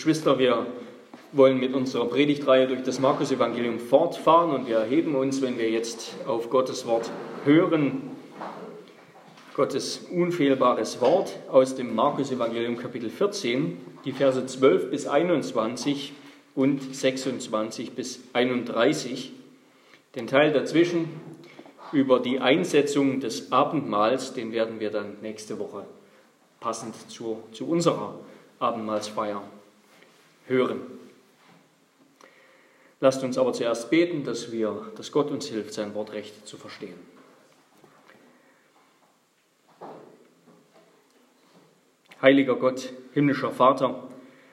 Geschwister, wir wollen mit unserer Predigtreihe durch das Markus-Evangelium fortfahren und wir erheben uns, wenn wir jetzt auf Gottes Wort hören, Gottes unfehlbares Wort aus dem Markus-Evangelium Kapitel 14, die Verse 12 bis 21 und 26 bis 31. Den Teil dazwischen über die Einsetzung des Abendmahls, den werden wir dann nächste Woche passend zu unserer Abendmahlsfeier hören. Lasst uns aber zuerst beten, dass Gott uns hilft, sein Wort recht zu verstehen. Heiliger Gott, himmlischer Vater,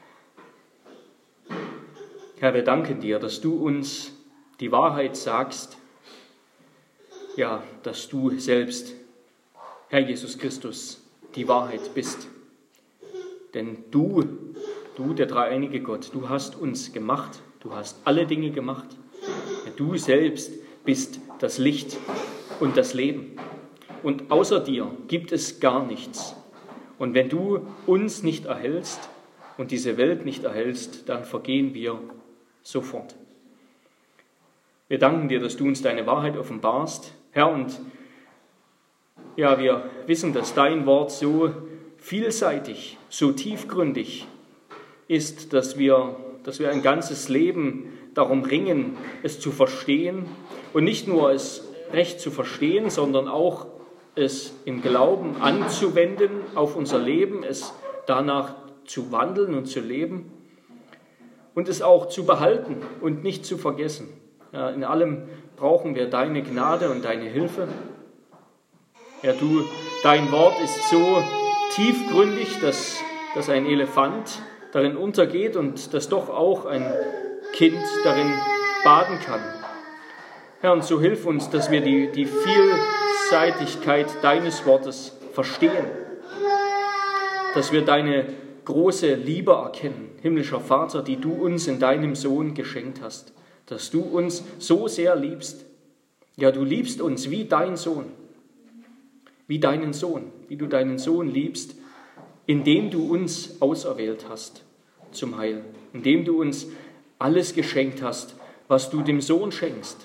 Herr, wir danken dir, dass du uns die Wahrheit sagst, ja, dass du selbst, Herr Jesus Christus, die Wahrheit bist. Denn du, der dreieinige Gott, du hast uns gemacht, du hast alle Dinge gemacht. Ja, du selbst bist das Licht und das Leben. Und außer dir gibt es gar nichts. Und wenn du uns nicht erhältst und diese Welt nicht erhältst, dann vergehen wir sofort. Wir danken dir, dass du uns deine Wahrheit offenbarst, Herr, und ja, wir wissen, dass dein Wort so vielseitig, so tiefgründig ist, dass wir ein ganzes Leben darum ringen, es zu verstehen und nicht nur es recht zu verstehen, sondern auch es im Glauben anzuwenden auf unser Leben, es danach zu wandeln und zu leben und es auch zu behalten und nicht zu vergessen. Ja, in allem brauchen wir deine Gnade und deine Hilfe. Ja, dein Wort ist so tiefgründig, dass ein Elefant darin untergeht und dass doch auch ein Kind darin baden kann. Herr, und so hilf uns, dass wir die Vielseitigkeit deines Wortes verstehen, dass wir deine große Liebe erkennen, himmlischer Vater, die du uns in deinem Sohn geschenkt hast, dass du uns so sehr liebst. Ja, du liebst uns wie dein Sohn, wie deinen Sohn, wie du deinen Sohn liebst, indem du uns auserwählt hast zum Heil, indem du uns alles geschenkt hast, was du dem Sohn schenkst.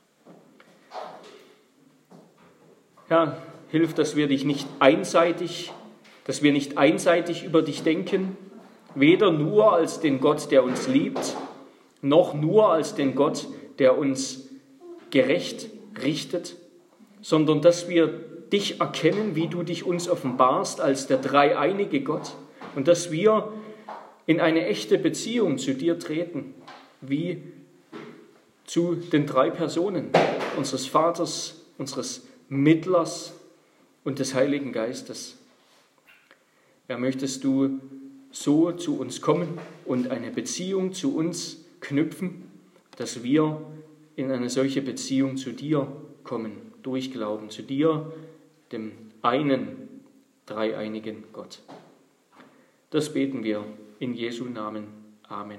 Herr, hilf, dass wir nicht einseitig über dich denken, weder nur als den Gott, der uns liebt, noch nur als den Gott, der uns gerecht richtet, sondern dass wir dich erkennen, wie du dich uns offenbarst als der dreieinige Gott und dass wir in eine echte Beziehung zu dir treten, wie zu den drei Personen unseres Vaters, unseres Mittlers und des Heiligen Geistes. Ja, möchtest du so zu uns kommen und eine Beziehung zu uns knüpfen, dass wir in eine solche Beziehung zu dir kommen, durch Glauben, zu dir, dem einen dreieinigen Gott. Das beten wir in Jesu Namen. Amen.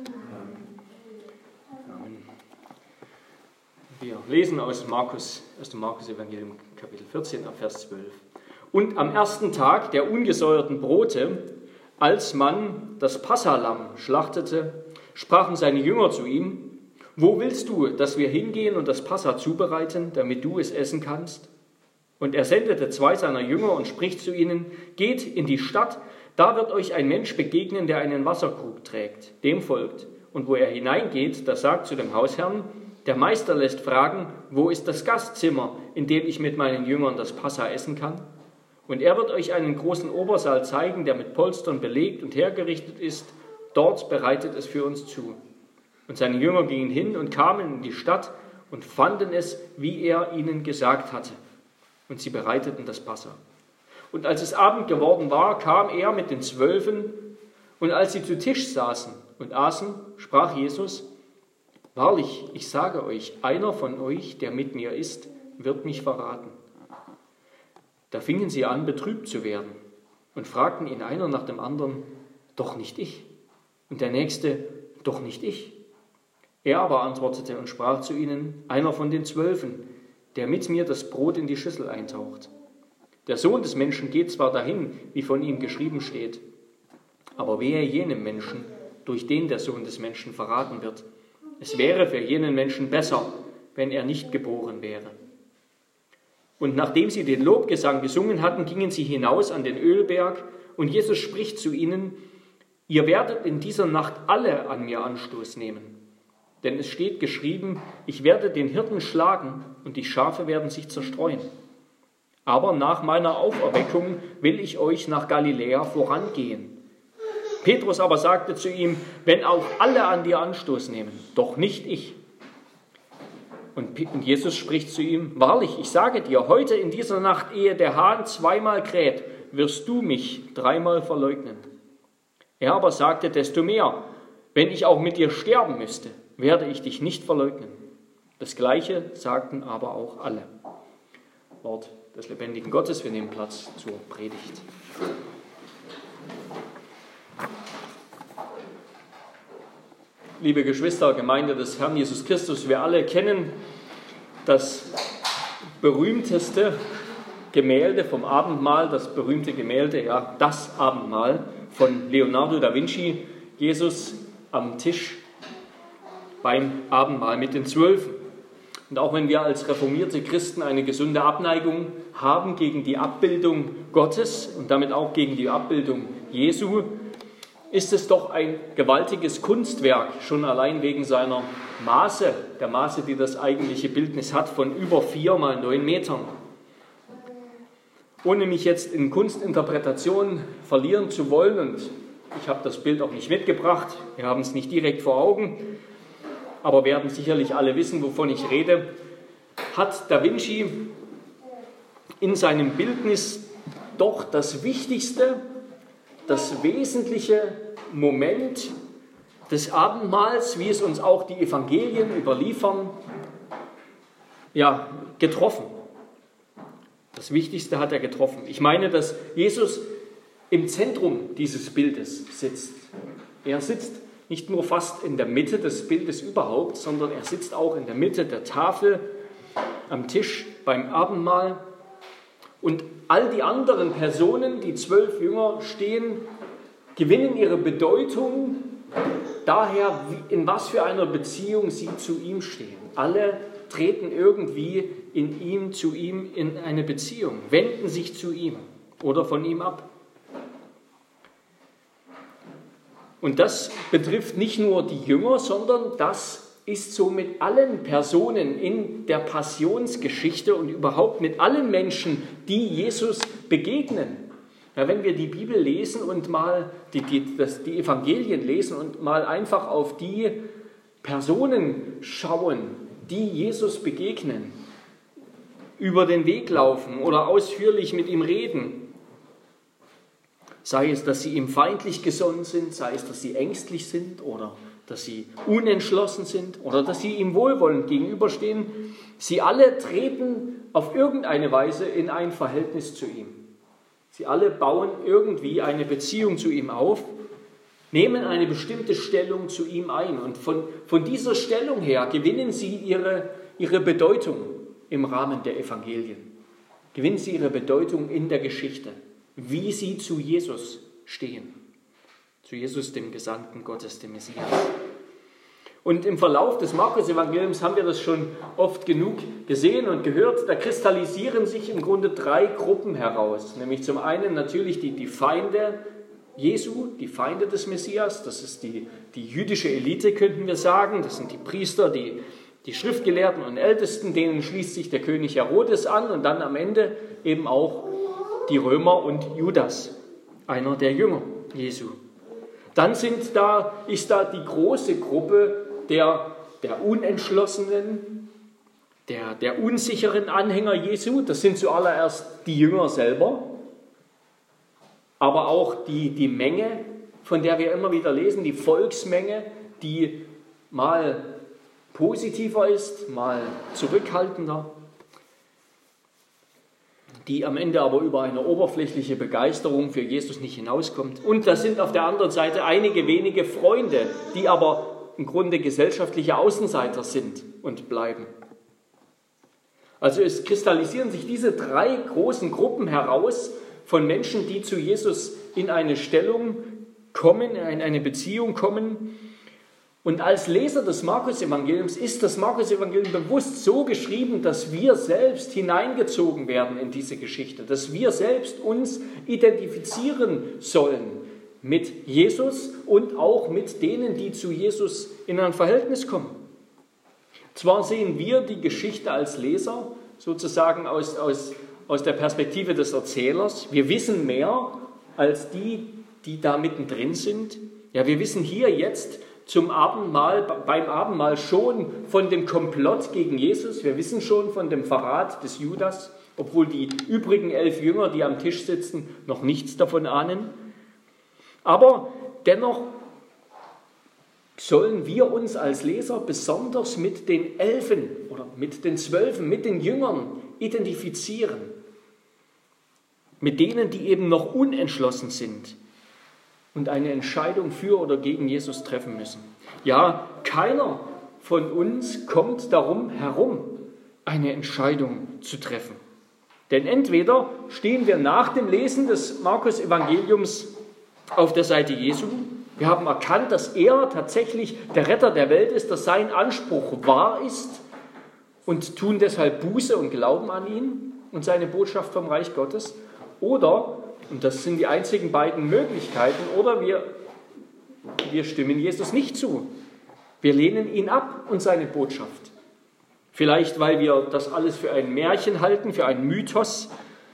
Amen. Wir lesen aus dem Markus-Evangelium Kapitel 14, Vers 12. Und am ersten Tag der ungesäuerten Brote, als man das Passalamm schlachtete, sprachen seine Jünger zu ihm: Wo willst du, dass wir hingehen und das Passa zubereiten, damit du es essen kannst? Und er sendete 2 seiner Jünger und spricht zu ihnen: Geht in die Stadt, da wird euch ein Mensch begegnen, der einen Wasserkrug trägt. Dem folgt. Und wo er hineingeht, da sagt zu dem Hausherrn: Der Meister lässt fragen, wo ist das Gastzimmer, in dem ich mit meinen Jüngern das Passa essen kann? Und er wird euch einen großen Obersaal zeigen, der mit Polstern belegt und hergerichtet ist. Dort bereitet es für uns zu. Und seine Jünger gingen hin und kamen in die Stadt und fanden es, wie er ihnen gesagt hatte. Und sie bereiteten das Passa. Und als es Abend geworden war, kam er mit den 12. Und als sie zu Tisch saßen und aßen, sprach Jesus: Wahrlich, ich sage euch, einer von euch, der mit mir ist, wird mich verraten. Da fingen sie an, betrübt zu werden und fragten ihn einer nach dem anderen: Doch nicht ich? Und der nächste: Doch nicht ich? Er aber antwortete und sprach zu ihnen: Einer von den 12, der mit mir das Brot in die Schüssel eintaucht. Der Sohn des Menschen geht zwar dahin, wie von ihm geschrieben steht, aber wehe jenem Menschen, durch den der Sohn des Menschen verraten wird. Es wäre für jenen Menschen besser, wenn er nicht geboren wäre. Und nachdem sie den Lobgesang gesungen hatten, gingen sie hinaus an den Ölberg und Jesus spricht zu ihnen: Ihr werdet in dieser Nacht alle an mir Anstoß nehmen. Denn es steht geschrieben, ich werde den Hirten schlagen und die Schafe werden sich zerstreuen. Aber nach meiner Auferweckung will ich euch nach Galiläa vorangehen. Petrus aber sagte zu ihm: Wenn auch alle an dir Anstoß nehmen, doch nicht ich. Und Jesus spricht zu ihm: Wahrlich, ich sage dir, heute in dieser Nacht, ehe der Hahn zweimal kräht, wirst du mich dreimal verleugnen. Er aber sagte: Desto mehr, wenn ich auch mit dir sterben müsste, werde ich dich nicht verleugnen. Das Gleiche sagten aber auch alle. Wort des lebendigen Gottes, wir nehmen Platz zur Predigt. Liebe Geschwister, Gemeinde des Herrn Jesus Christus, wir alle kennen das berühmteste Gemälde vom Abendmahl, das berühmte Gemälde, ja, das Abendmahl von Leonardo da Vinci, Jesus am Tisch beim Abendmahl mit den Zwölfen. Und auch wenn wir als reformierte Christen eine gesunde Abneigung haben gegen die Abbildung Gottes und damit auch gegen die Abbildung Jesu, ist es doch ein gewaltiges Kunstwerk, schon allein wegen seiner Maße, der Maße, die das eigentliche Bildnis hat, von über 4 mal 9 Metern. Ohne mich jetzt in Kunstinterpretationen verlieren zu wollen, und ich habe das Bild auch nicht mitgebracht, wir haben es nicht direkt vor Augen, aber werden sicherlich alle wissen, wovon ich rede, hat Da Vinci in seinem Bildnis doch das Wichtigste, das wesentliche Moment des Abendmahls, wie es uns auch die Evangelien überliefern, ja, getroffen. Das Wichtigste hat er getroffen. Ich meine, dass Jesus im Zentrum dieses Bildes sitzt. Er sitzt nicht nur fast in der Mitte des Bildes überhaupt, sondern er sitzt auch in der Mitte der Tafel, am Tisch beim Abendmahl. Und all die anderen Personen, die 12 Jünger stehen, gewinnen ihre Bedeutung daher, in was für einer Beziehung sie zu ihm stehen. Alle treten irgendwie zu ihm in eine Beziehung, wenden sich zu ihm oder von ihm ab. Und das betrifft nicht nur die Jünger, sondern das ist so mit allen Personen in der Passionsgeschichte und überhaupt mit allen Menschen, die Jesus begegnen. Ja, wenn wir die Bibel lesen und mal die Evangelien lesen und mal einfach auf die Personen schauen, die Jesus begegnen, über den Weg laufen oder ausführlich mit ihm reden, sei es, dass sie ihm feindlich gesonnen sind, sei es, dass sie ängstlich sind oder dass sie unentschlossen sind oder dass sie ihm wohlwollend gegenüberstehen. Sie alle treten auf irgendeine Weise in ein Verhältnis zu ihm. Sie alle bauen irgendwie eine Beziehung zu ihm auf, nehmen eine bestimmte Stellung zu ihm ein. Und von dieser Stellung her gewinnen sie ihre Bedeutung im Rahmen der Evangelien. Gewinnen sie ihre Bedeutung in der Geschichte, wie sie zu Jesus stehen. Zu Jesus, dem Gesandten Gottes, dem Messias. Und im Verlauf des Markus-Evangeliums haben wir das schon oft genug gesehen und gehört. Da kristallisieren sich im Grunde 3 Gruppen heraus. Nämlich zum einen natürlich die Feinde Jesu, die Feinde des Messias. Das ist die jüdische Elite, könnten wir sagen. Das sind die Priester, die Schriftgelehrten und Ältesten. Denen schließt sich der König Herodes an. Und dann am Ende eben auch die Römer und Judas, einer der Jünger Jesu. Dann ist da die große Gruppe der Unentschlossenen, der unsicheren Anhänger Jesu. Das sind zuallererst die Jünger selber, aber auch die Menge, von der wir immer wieder lesen, die Volksmenge, die mal positiver ist, mal zurückhaltender, die am Ende aber über eine oberflächliche Begeisterung für Jesus nicht hinauskommt. Und da sind auf der anderen Seite einige wenige Freunde, die aber im Grunde gesellschaftliche Außenseiter sind und bleiben. Also es kristallisieren sich diese 3 großen Gruppen heraus von Menschen, die zu Jesus in eine Stellung kommen, in eine Beziehung kommen. Und als Leser des Markus-Evangeliums ist das Markus-Evangelium bewusst so geschrieben, dass wir selbst hineingezogen werden in diese Geschichte, dass wir selbst uns identifizieren sollen mit Jesus und auch mit denen, die zu Jesus in ein Verhältnis kommen. Zwar sehen wir die Geschichte als Leser sozusagen aus der Perspektive des Erzählers. Wir wissen mehr als die da mittendrin sind. Ja, wir wissen hier jetzt beim Abendmahl schon von dem Komplott gegen Jesus. Wir wissen schon von dem Verrat des Judas, obwohl die übrigen 11 Jünger, die am Tisch sitzen, noch nichts davon ahnen. Aber dennoch sollen wir uns als Leser besonders mit den 11 oder mit den 12, mit den Jüngern identifizieren. Mit denen, die eben noch unentschlossen sind und eine Entscheidung für oder gegen Jesus treffen müssen. Ja, keiner von uns kommt darum herum, eine Entscheidung zu treffen. Denn entweder stehen wir nach dem Lesen des Markus-Evangeliums auf der Seite Jesu. Wir haben erkannt, dass er tatsächlich der Retter der Welt ist, dass sein Anspruch wahr ist und tun deshalb Buße und glauben an ihn und seine Botschaft vom Reich Gottes. Oder, und das sind die einzigen beiden Möglichkeiten, oder wir stimmen Jesus nicht zu. Wir lehnen ihn ab und seine Botschaft. Vielleicht, weil wir das alles für ein Märchen halten, für einen Mythos,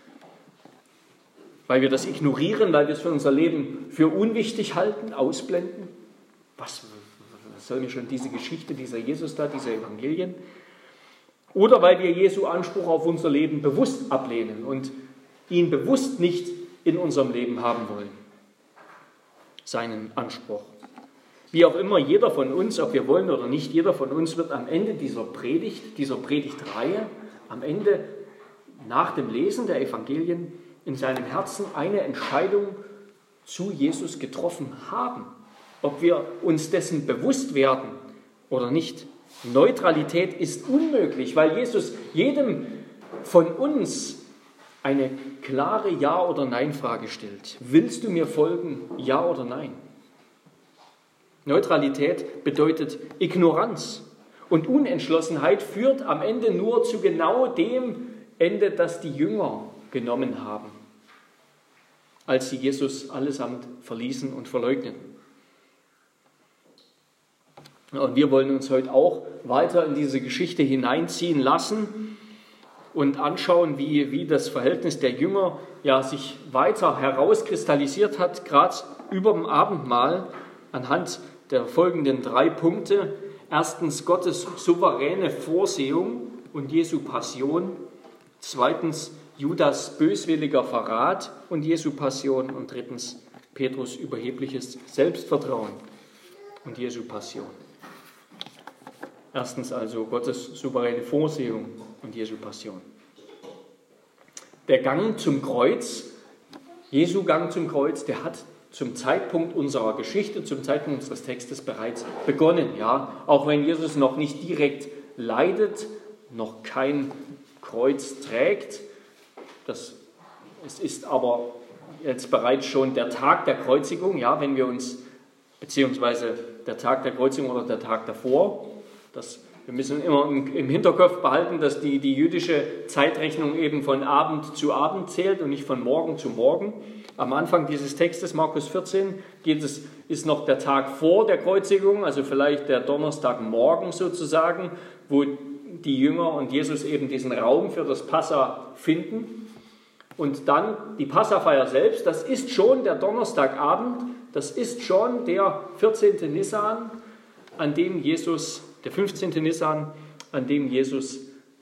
weil wir das ignorieren, weil wir es für unser Leben für unwichtig halten, ausblenden. Was soll mir schon diese Geschichte, dieser Jesus da, diese Evangelien? Oder weil wir Jesu Anspruch auf unser Leben bewusst ablehnen und ihn bewusst nicht in unserem Leben haben wollen. Seinen Anspruch. Wie auch immer, jeder von uns, ob wir wollen oder nicht, jeder von uns wird am Ende dieser Predigtreihe, am Ende nach dem Lesen der Evangelien in seinem Herzen eine Entscheidung zu Jesus getroffen haben. Ob wir uns dessen bewusst werden oder nicht. Neutralität ist unmöglich, weil Jesus jedem von uns eine klare Ja- oder Nein-Frage stellt. Willst du mir folgen, ja oder nein? Neutralität bedeutet Ignoranz. Und Unentschlossenheit führt am Ende nur zu genau dem Ende, das die Jünger genommen haben, als sie Jesus allesamt verließen und verleugneten. Und wir wollen uns heute auch weiter in diese Geschichte hineinziehen lassen und anschauen, wie das Verhältnis der Jünger ja sich weiter herauskristallisiert hat, gerade über dem Abendmahl, anhand der folgenden 3 Punkte. Erstens Gottes souveräne Vorsehung und Jesu Passion. Zweitens Judas böswilliger Verrat und Jesu Passion. Und drittens Petrus überhebliches Selbstvertrauen und Jesu Passion. Erstens also Gottes souveräne Vorsehung und Jesu Passion. Der Gang zum Kreuz, Jesu Gang zum Kreuz, der hat zum Zeitpunkt unserer Geschichte, zum Zeitpunkt unseres Textes bereits begonnen. Ja? Auch wenn Jesus noch nicht direkt leidet, noch kein Kreuz trägt. Es ist aber jetzt bereits schon der Tag der Kreuzigung, ja, wenn wir uns, beziehungsweise der Tag der Kreuzigung oder der Tag davor. Wir müssen immer im Hinterkopf behalten, dass die jüdische Zeitrechnung eben von Abend zu Abend zählt und nicht von Morgen zu Morgen. Am Anfang dieses Textes, Markus 14, ist noch der Tag vor der Kreuzigung, also vielleicht der Donnerstagmorgen sozusagen, wo die Jünger und Jesus eben diesen Raum für das Passa finden. Und dann die Passafeier selbst, das ist schon der Donnerstagabend, das ist schon der 14. Nisan, der 15. Nisan, an dem Jesus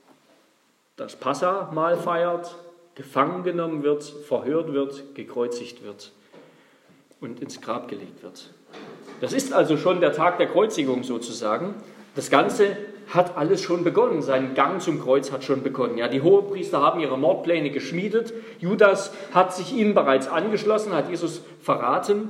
das Passamahl feiert, gefangen genommen wird, verhört wird, gekreuzigt wird und ins Grab gelegt wird. Das ist also schon der Tag der Kreuzigung sozusagen. Das Ganze hat alles schon begonnen. Sein Gang zum Kreuz hat schon begonnen. Ja, die Hohepriester haben ihre Mordpläne geschmiedet. Judas hat sich ihnen bereits angeschlossen, hat Jesus verraten.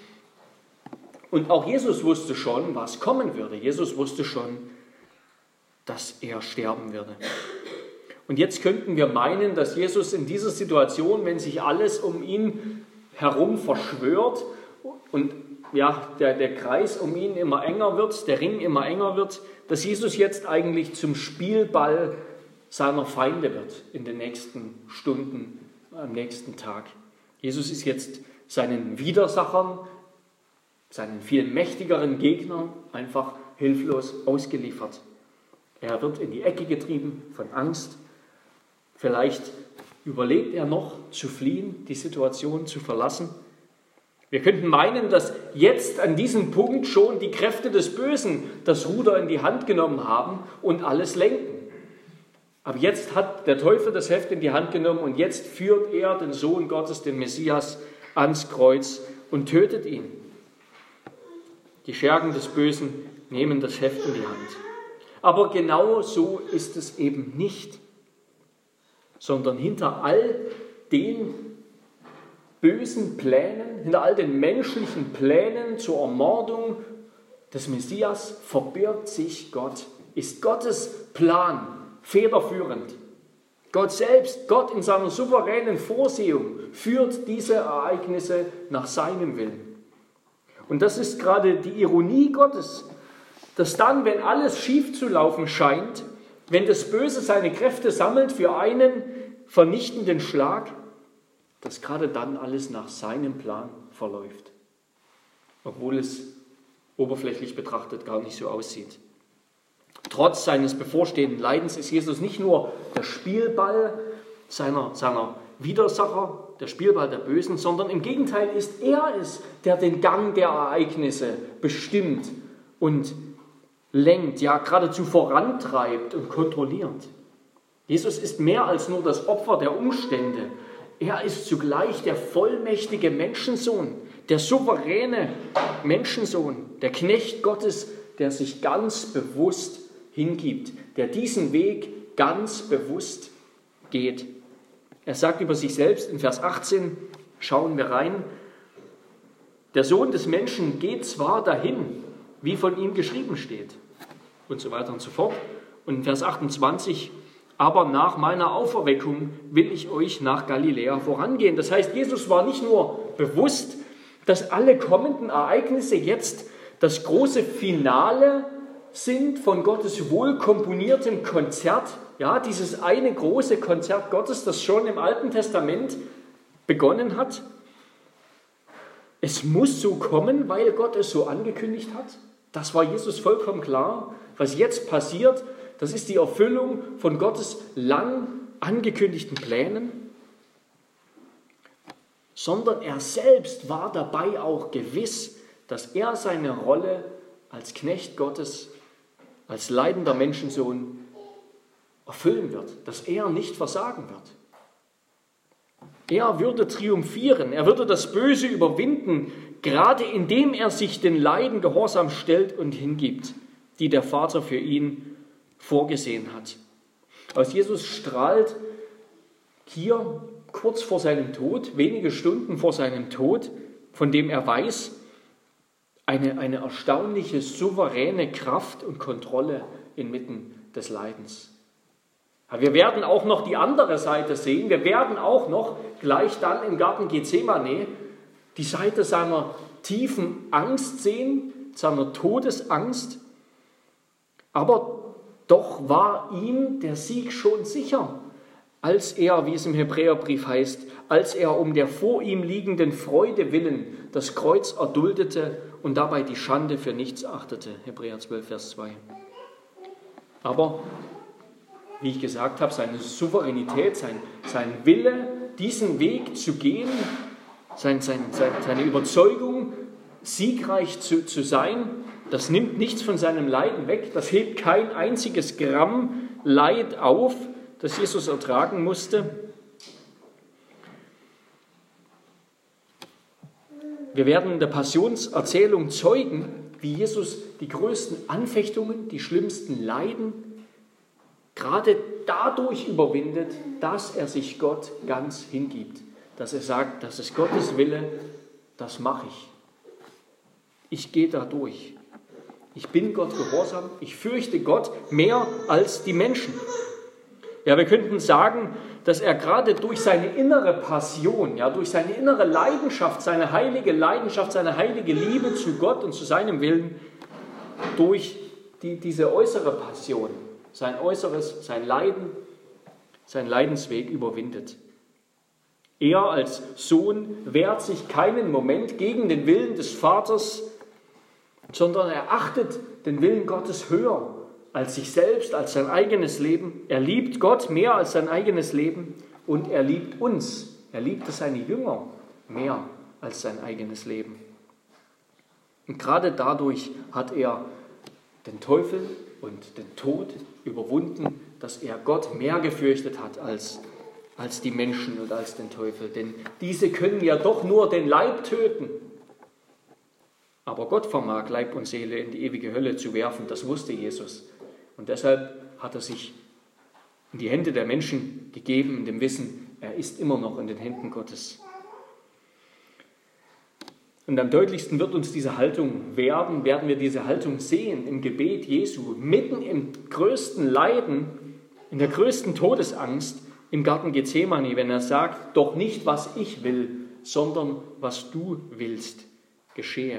Und auch Jesus wusste schon, was kommen würde. Jesus wusste schon, dass er sterben würde. Und jetzt könnten wir meinen, dass Jesus in dieser Situation, wenn sich alles um ihn herum verschwört und der Kreis um ihn immer enger wird, der Ring immer enger wird, dass Jesus jetzt eigentlich zum Spielball seiner Feinde wird in den nächsten Stunden, am nächsten Tag. Jesus ist jetzt seinen Widersachern, seinen viel mächtigeren Gegnern einfach hilflos ausgeliefert. Er wird in die Ecke getrieben von Angst. Vielleicht überlegt er noch zu fliehen, die Situation zu verlassen. Wir könnten meinen, dass jetzt an diesem Punkt schon die Kräfte des Bösen das Ruder in die Hand genommen haben und alles lenken. Aber jetzt hat der Teufel das Heft in die Hand genommen und jetzt führt er den Sohn Gottes, den Messias, ans Kreuz und tötet ihn. Die Schergen des Bösen nehmen das Heft in die Hand. Aber genau so ist es eben nicht, sondern hinter all den bösen Plänen, hinter all den menschlichen Plänen zur Ermordung des Messias verbirgt sich Gott, ist Gottes Plan federführend. Gott selbst, Gott in seiner souveränen Vorsehung führt diese Ereignisse nach seinem Willen. Und das ist gerade die Ironie Gottes, dass dann, wenn alles schief zu laufen scheint, wenn das Böse seine Kräfte sammelt für einen vernichtenden Schlag, dass gerade dann alles nach seinem Plan verläuft, obwohl es oberflächlich betrachtet gar nicht so aussieht. Trotz seines bevorstehenden Leidens ist Jesus nicht nur der Spielball seiner Widersacher, der Spielball der Bösen, sondern im Gegenteil ist er es, der den Gang der Ereignisse bestimmt und lenkt, ja geradezu vorantreibt und kontrolliert. Jesus ist mehr als nur das Opfer der Umstände. Er ist zugleich der vollmächtige Menschensohn, der souveräne Menschensohn, der Knecht Gottes, der sich ganz bewusst hingibt, der diesen Weg ganz bewusst geht. Er sagt über sich selbst in Vers 18, schauen wir rein, der Sohn des Menschen geht zwar dahin, wie von ihm geschrieben steht, und so weiter und so fort. Und in Vers 28, aber nach meiner Auferweckung will ich euch nach Galiläa vorangehen. Das heißt, Jesus war nicht nur bewusst, dass alle kommenden Ereignisse jetzt das große Finale sind von Gottes wohlkomponiertem Konzert, ja, dieses eine große Konzert Gottes, das schon im Alten Testament begonnen hat. Es muss so kommen, weil Gott es so angekündigt hat. Das war Jesus vollkommen klar. Was jetzt passiert, das ist die Erfüllung von Gottes lang angekündigten Plänen. Sondern er selbst war dabei auch gewiss, dass er seine Rolle als Knecht Gottes, als leidender Menschensohn erfüllen wird, dass er nicht versagen wird. Er würde triumphieren, er würde das Böse überwinden, gerade indem er sich den Leiden gehorsam stellt und hingibt, die der Vater für ihn vorgesehen hat. Aus Jesus strahlt hier kurz vor seinem Tod, wenige Stunden vor seinem Tod, von dem er weiß, eine erstaunliche, souveräne Kraft und Kontrolle inmitten des Leidens. Aber wir werden auch noch die andere Seite sehen. Wir werden auch noch gleich dann im Garten Gethsemane die Seite seiner tiefen Angst sehen, seiner Todesangst. Aber doch war ihm der Sieg schon sicher, als er, wie es im Hebräerbrief heißt, als er um der vor ihm liegenden Freude willen das Kreuz erduldete und dabei die Schande für nichts achtete. Hebräer 12, Vers 2. Aber, wie ich gesagt habe, seine Souveränität, sein Wille, diesen Weg zu gehen, seine Überzeugung, siegreich zu sein, das nimmt nichts von seinem Leiden weg, das hebt kein einziges Gramm Leid auf, das Jesus ertragen musste. Wir werden in der Passionserzählung zeugen, wie Jesus die größten Anfechtungen, die schlimmsten Leiden gerade dadurch überwindet, dass er sich Gott ganz hingibt. Dass er sagt, das ist Gottes Wille, das mache ich. Ich gehe da durch. Ich bin Gott gehorsam, ich fürchte Gott mehr als die Menschen. Ja, wir könnten sagen, dass er gerade durch seine innere Passion, ja, durch seine innere Leidenschaft, seine heilige Liebe zu Gott und zu seinem Willen, durch diese äußere Passion, sein Äußeres, sein Leiden, sein Leidensweg überwindet. Er als Sohn wehrt sich keinen Moment gegen den Willen des Vaters, sondern er achtet den Willen Gottes höher als sich selbst, als sein eigenes Leben. Er liebt Gott mehr als sein eigenes Leben und er liebt uns. Er liebte seine Jünger mehr als sein eigenes Leben. Und gerade dadurch hat er den Teufel und den Tod überwunden, dass er Gott mehr gefürchtet hat als die Menschen und als den Teufel. Denn diese können ja doch nur den Leib töten. Aber Gott vermag Leib und Seele in die ewige Hölle zu werfen, das wusste Jesus. Und deshalb hat er sich in die Hände der Menschen gegeben, in dem Wissen, er ist immer noch in den Händen Gottes. Und am deutlichsten wird uns diese Haltung werden wir diese Haltung sehen im Gebet Jesu, mitten im größten Leiden, in der größten Todesangst im Garten Gethsemane, wenn er sagt, doch nicht, was ich will, sondern was du willst, geschehe.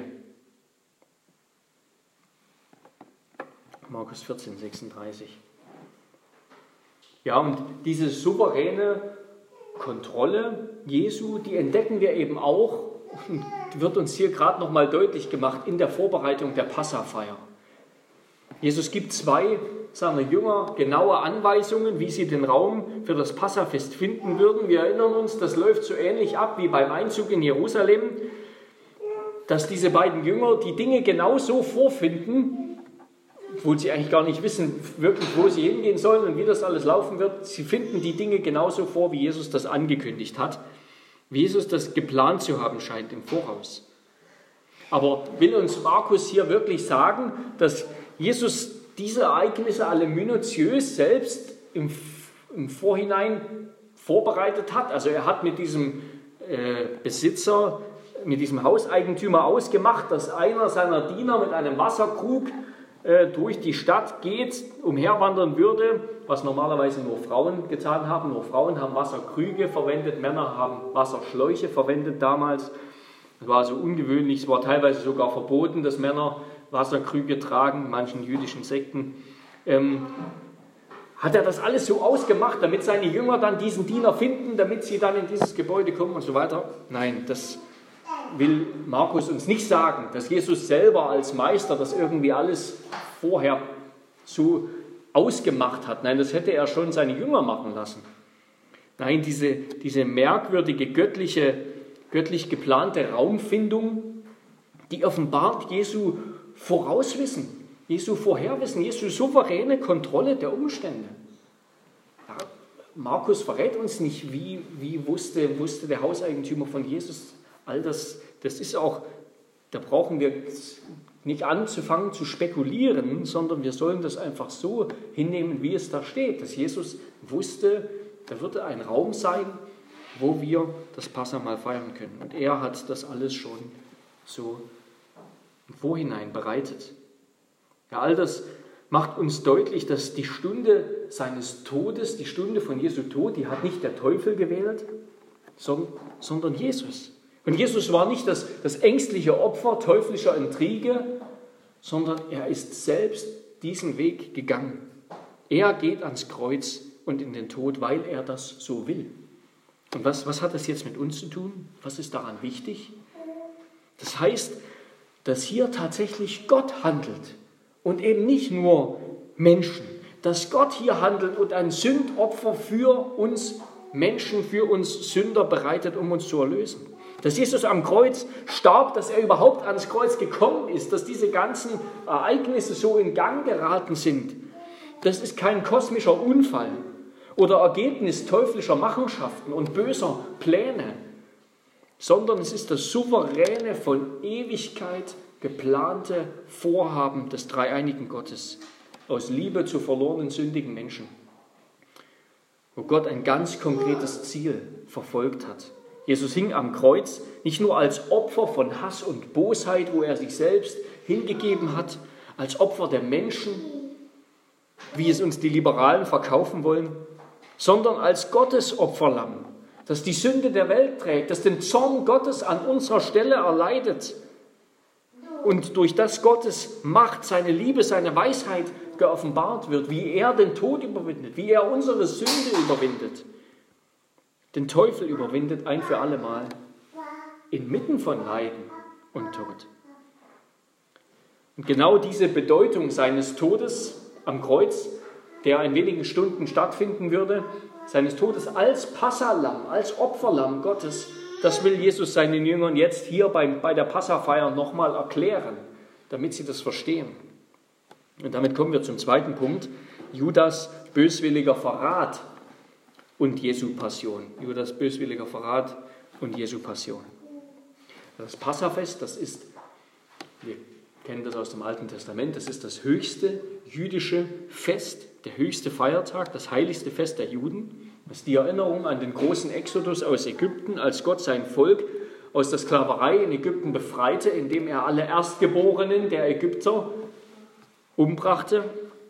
Markus 14, 36. Ja, und diese souveräne Kontrolle Jesu, die entdecken wir eben auch, wird uns hier gerade nochmal deutlich gemacht in der Vorbereitung der Passafeier. Jesus gibt 2 seiner Jünger genaue Anweisungen, wie sie den Raum für das Passafest finden würden. Wir erinnern uns, das läuft so ähnlich ab wie beim Einzug in Jerusalem, dass diese beiden Jünger die Dinge genau so vorfinden, obwohl sie eigentlich gar nicht wissen, wirklich, wo sie hingehen sollen und wie das alles laufen wird. Sie finden die Dinge genauso vor, wie Jesus das angekündigt hat, wie Jesus das geplant zu haben scheint im Voraus. Aber will uns Markus hier wirklich sagen, dass Jesus diese Ereignisse alle minutiös selbst im Vorhinein vorbereitet hat? Also er hat mit diesem Besitzer, mit diesem Hauseigentümer ausgemacht, dass einer seiner Diener mit einem Wasserkrug durch die Stadt geht, umherwandern würde, was normalerweise nur Frauen getan haben. Nur Frauen haben Wasserkrüge verwendet, Männer haben Wasserschläuche verwendet damals. Das war also ungewöhnlich, es war teilweise sogar verboten, dass Männer Wasserkrüge tragen, in manchen jüdischen Sekten. Hat er das alles so ausgemacht, damit seine Jünger dann diesen Diener finden, damit sie dann in dieses Gebäude kommen und so weiter? Nein, das will Markus uns nicht sagen, dass Jesus selber als Meister das irgendwie alles vorher so ausgemacht hat. Nein, das hätte er schon seine Jünger machen lassen. Nein, diese merkwürdige, göttlich geplante Raumfindung, die offenbart Jesu Vorauswissen, Jesu Vorherwissen, Jesu souveräne Kontrolle der Umstände. Ja, Markus verrät uns nicht, wie wusste der Hauseigentümer von Jesus all das. Das ist auch, da brauchen wir nicht anzufangen zu spekulieren, sondern wir sollen das einfach so hinnehmen, wie es da steht, dass Jesus wusste, da würde ein Raum sein, wo wir das Passamal feiern können. Und er hat das alles schon so im Vorhinein bereitet. Ja, all das macht uns deutlich, dass die Stunde seines Todes, die Stunde von Jesu Tod, die hat nicht der Teufel gewählt, sondern Jesus. Und Jesus war nicht das ängstliche Opfer teuflischer Intrige, sondern er ist selbst diesen Weg gegangen. Er geht ans Kreuz und in den Tod, weil er das so will. Und was hat das jetzt mit uns zu tun? Was ist daran wichtig? Das heißt, dass hier tatsächlich Gott handelt und eben nicht nur Menschen. Dass Gott hier handelt und ein Sündopfer für uns Menschen, für uns Sünder bereitet, um uns zu erlösen. Dass Jesus am Kreuz starb, dass er überhaupt ans Kreuz gekommen ist, dass diese ganzen Ereignisse so in Gang geraten sind, das ist kein kosmischer Unfall oder Ergebnis teuflischer Machenschaften und böser Pläne, sondern es ist das souveräne, von Ewigkeit geplante Vorhaben des dreieinigen Gottes aus Liebe zu verlorenen, sündigen Menschen, wo Gott ein ganz konkretes Ziel verfolgt hat. Jesus hing am Kreuz nicht nur als Opfer von Hass und Bosheit, wo er sich selbst hingegeben hat, als Opfer der Menschen, wie es uns die Liberalen verkaufen wollen, sondern als Gottes Opferlamm, das die Sünde der Welt trägt, das den Zorn Gottes an unserer Stelle erleidet und durch das Gottes Macht, seine Liebe, seine Weisheit geoffenbart wird, wie er den Tod überwindet, wie er unsere Sünde überwindet, den Teufel überwindet ein für alle Mal, inmitten von Leiden und Tod. Und genau diese Bedeutung seines Todes am Kreuz, der in wenigen Stunden stattfinden würde, seines Todes als Passalamm, als Opferlamm Gottes, das will Jesus seinen Jüngern jetzt hier bei der Passafeier nochmal erklären, damit sie das verstehen. Und damit kommen wir zum zweiten Punkt, Judas böswilliger Verrat und Jesu Passion. Judas böswilliger Verrat und Jesu Passion. Das Passafest, das ist, wir kennen das aus dem Alten Testament, das ist das höchste jüdische Fest, der höchste Feiertag, das heiligste Fest der Juden. Das ist die Erinnerung an den großen Exodus aus Ägypten, als Gott sein Volk aus der Sklaverei in Ägypten befreite, indem er alle Erstgeborenen der Ägypter umbrachte,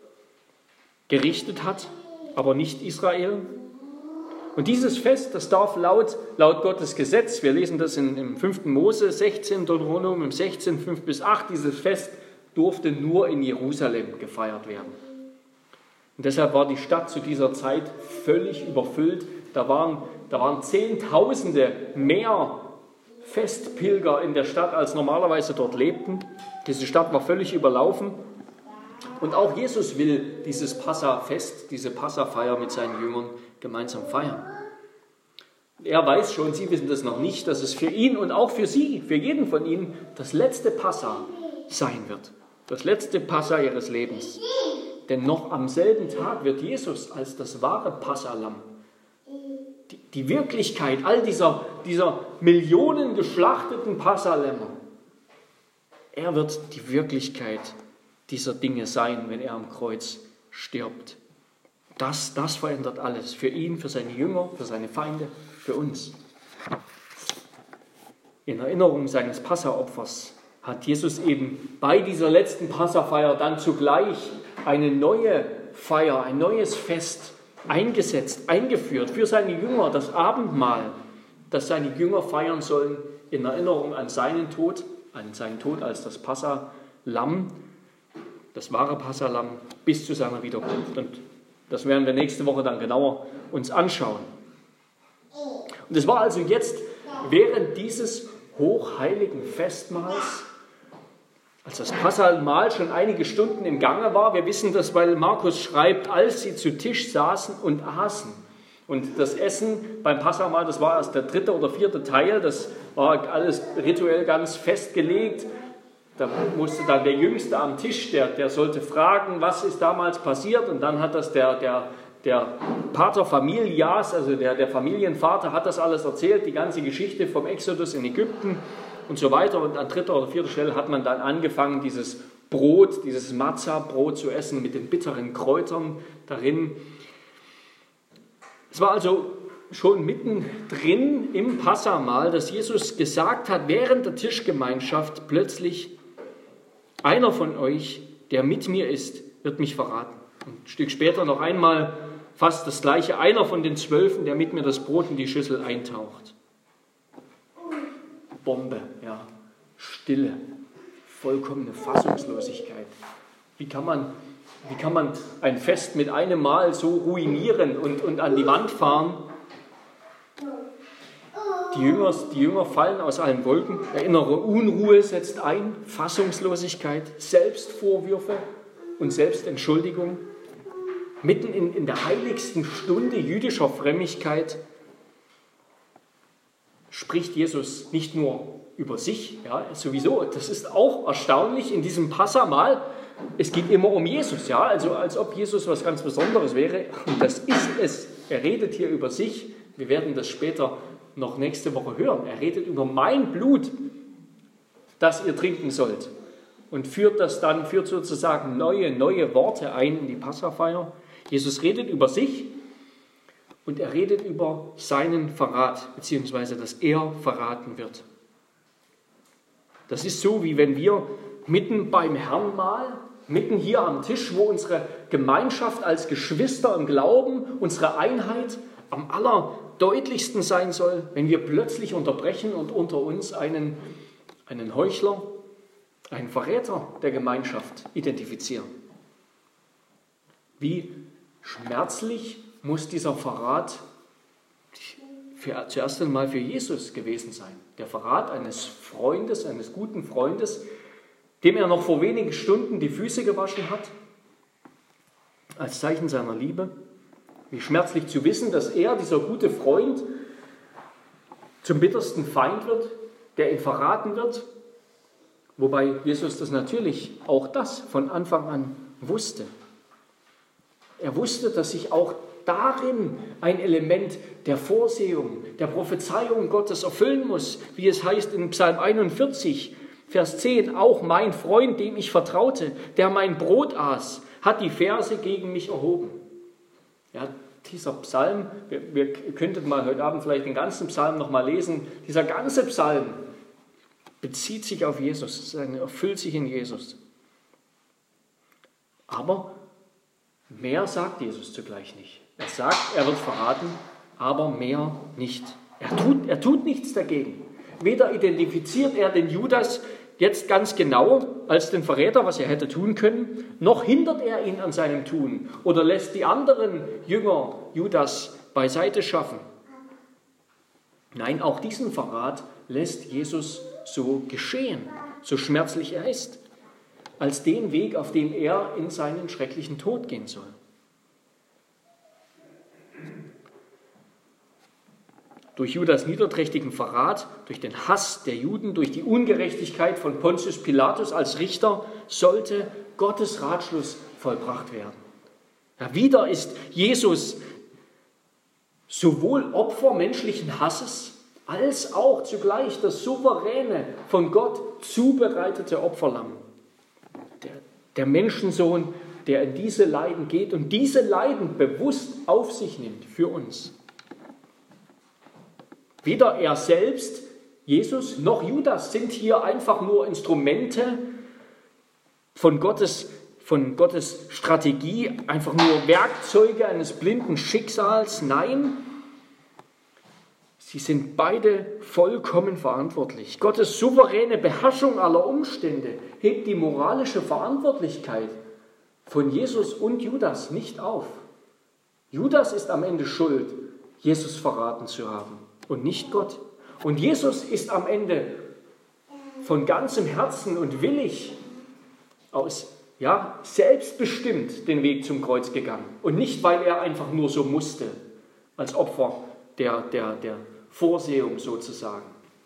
gerichtet hat, aber nicht Israel. Und dieses Fest, das darf laut Gottes Gesetz, wir lesen das im 5. Mose 16, Deuteronomium 16, 5 bis 8, dieses Fest durfte nur in Jerusalem gefeiert werden. Und deshalb war die Stadt zu dieser Zeit völlig überfüllt. Da waren Zehntausende mehr Festpilger in der Stadt, als normalerweise dort lebten. Diese Stadt war völlig überlaufen. Und auch Jesus will dieses Passafest, diese Passafeier mit seinen Jüngern gemeinsam feiern. Er weiß schon, sie wissen das noch nicht, dass es für ihn und auch für sie, für jeden von ihnen, das letzte Passa sein wird. Das letzte Passa ihres Lebens. Denn noch am selben Tag wird Jesus als das wahre Passalamm, die Wirklichkeit all dieser Millionen geschlachteten Passalämmer, er wird die Wirklichkeit dieser Dinge sein, wenn er am Kreuz stirbt. Das verändert alles. Für ihn, für seine Jünger, für seine Feinde, für uns. In Erinnerung seines Passaopfers hat Jesus eben bei dieser letzten Passafeier dann zugleich eine neue Feier, ein neues Fest eingesetzt, eingeführt für seine Jünger, das Abendmahl, das seine Jünger feiern sollen in Erinnerung an seinen Tod als das Passalamm, das wahre Passalamm bis zu seiner Wiederkunft. Und das werden wir nächste Woche dann genauer uns anschauen. Und es war also jetzt während dieses hochheiligen Festmahls, als das Passamahl schon einige Stunden im Gange war, wir wissen das, weil Markus schreibt, als sie zu Tisch saßen und aßen. Und das Essen beim Passamahl, das war erst der 3. oder 4. Teil, das war alles rituell ganz festgelegt. Da musste dann der Jüngste am Tisch, der sollte fragen, was ist damals passiert. Und dann hat das der Pater Familias, also der Familienvater, hat das alles erzählt, die ganze Geschichte vom Exodus in Ägypten und so weiter. Und an 3. oder 4. Stelle hat man dann angefangen, dieses Brot, dieses Matzah-Brot zu essen mit den bitteren Kräutern darin. Es war also schon mittendrin im Passamahl, dass Jesus gesagt hat, während der Tischgemeinschaft plötzlich: Einer von euch, der mit mir ist, wird mich verraten. Und ein Stück später noch einmal fast das Gleiche: Einer von den 12, der mit mir das Brot in die Schüssel eintaucht. Bombe, ja, Stille, vollkommene Fassungslosigkeit. Wie kann man ein Fest mit einem Mal so ruinieren und an die Wand fahren? Die Jünger fallen aus allen Wolken, innere Unruhe setzt ein, Fassungslosigkeit, Selbstvorwürfe und Selbstentschuldigung. Mitten in der heiligsten Stunde jüdischer Frömmigkeit spricht Jesus nicht nur über sich, ja, sowieso, das ist auch erstaunlich in diesem Passamahl. Es geht immer um Jesus, ja, also als ob Jesus was ganz Besonderes wäre. Und das ist es. Er redet hier über sich. Wir werden das später noch nächste Woche hören. Er redet über mein Blut, das ihr trinken sollt. Und führt sozusagen neue Worte ein in die Passafeier. Jesus redet über sich und er redet über seinen Verrat, beziehungsweise dass er verraten wird. Das ist so, wie wenn wir mitten beim Herrnmahl Mitten hier am Tisch, wo unsere Gemeinschaft als Geschwister im Glauben, unsere Einheit am allerdeutlichsten sein soll, wenn wir plötzlich unterbrechen und unter uns einen Heuchler, einen Verräter der Gemeinschaft identifizieren. Wie schmerzlich muss dieser Verrat zuerst einmal für Jesus gewesen sein. Der Verrat eines Freundes, eines guten Freundes, dem er noch vor wenigen Stunden die Füße gewaschen hat, als Zeichen seiner Liebe. Wie schmerzlich zu wissen, dass er, dieser gute Freund, zum bittersten Feind wird, der ihn verraten wird. Wobei Jesus das natürlich auch das von Anfang an wusste. Er wusste, dass sich auch darin ein Element der Vorsehung, der Prophezeiung Gottes erfüllen muss, wie es heißt in Psalm 41, Vers 10, auch mein Freund, dem ich vertraute, der mein Brot aß, hat die Verse gegen mich erhoben. Ja, dieser Psalm, wir könnten mal heute Abend vielleicht den ganzen Psalm noch mal lesen, dieser ganze Psalm bezieht sich auf Jesus, erfüllt sich in Jesus. Aber mehr sagt Jesus zugleich nicht. Er sagt, er wird verraten, aber mehr nicht. Er tut nichts dagegen. Weder identifiziert er den Judas jetzt ganz genau als den Verräter, was er hätte tun können, noch hindert er ihn an seinem Tun oder lässt die anderen Jünger Judas beiseite schaffen. Nein, auch diesen Verrat lässt Jesus so geschehen, so schmerzlich er ist, als den Weg, auf dem er in seinen schrecklichen Tod gehen soll. Durch Judas niederträchtigen Verrat, durch den Hass der Juden, durch die Ungerechtigkeit von Pontius Pilatus als Richter sollte Gottes Ratschluss vollbracht werden. Ja, wieder ist Jesus sowohl Opfer menschlichen Hasses als auch zugleich das souveräne, von Gott zubereitete Opferlamm. Der Menschensohn, der in diese Leiden geht und diese Leiden bewusst auf sich nimmt für uns. Weder er selbst, Jesus, noch Judas sind hier einfach nur Instrumente von Gottes Strategie, einfach nur Werkzeuge eines blinden Schicksals. Nein, sie sind beide vollkommen verantwortlich. Gottes souveräne Beherrschung aller Umstände hebt die moralische Verantwortlichkeit von Jesus und Judas nicht auf. Judas ist am Ende schuld, Jesus verraten zu haben. Und nicht Gott. Und Jesus ist am Ende von ganzem Herzen und willig selbstbestimmt den Weg zum Kreuz gegangen. Und nicht, weil er einfach nur so musste, als Opfer der Vorsehung sozusagen.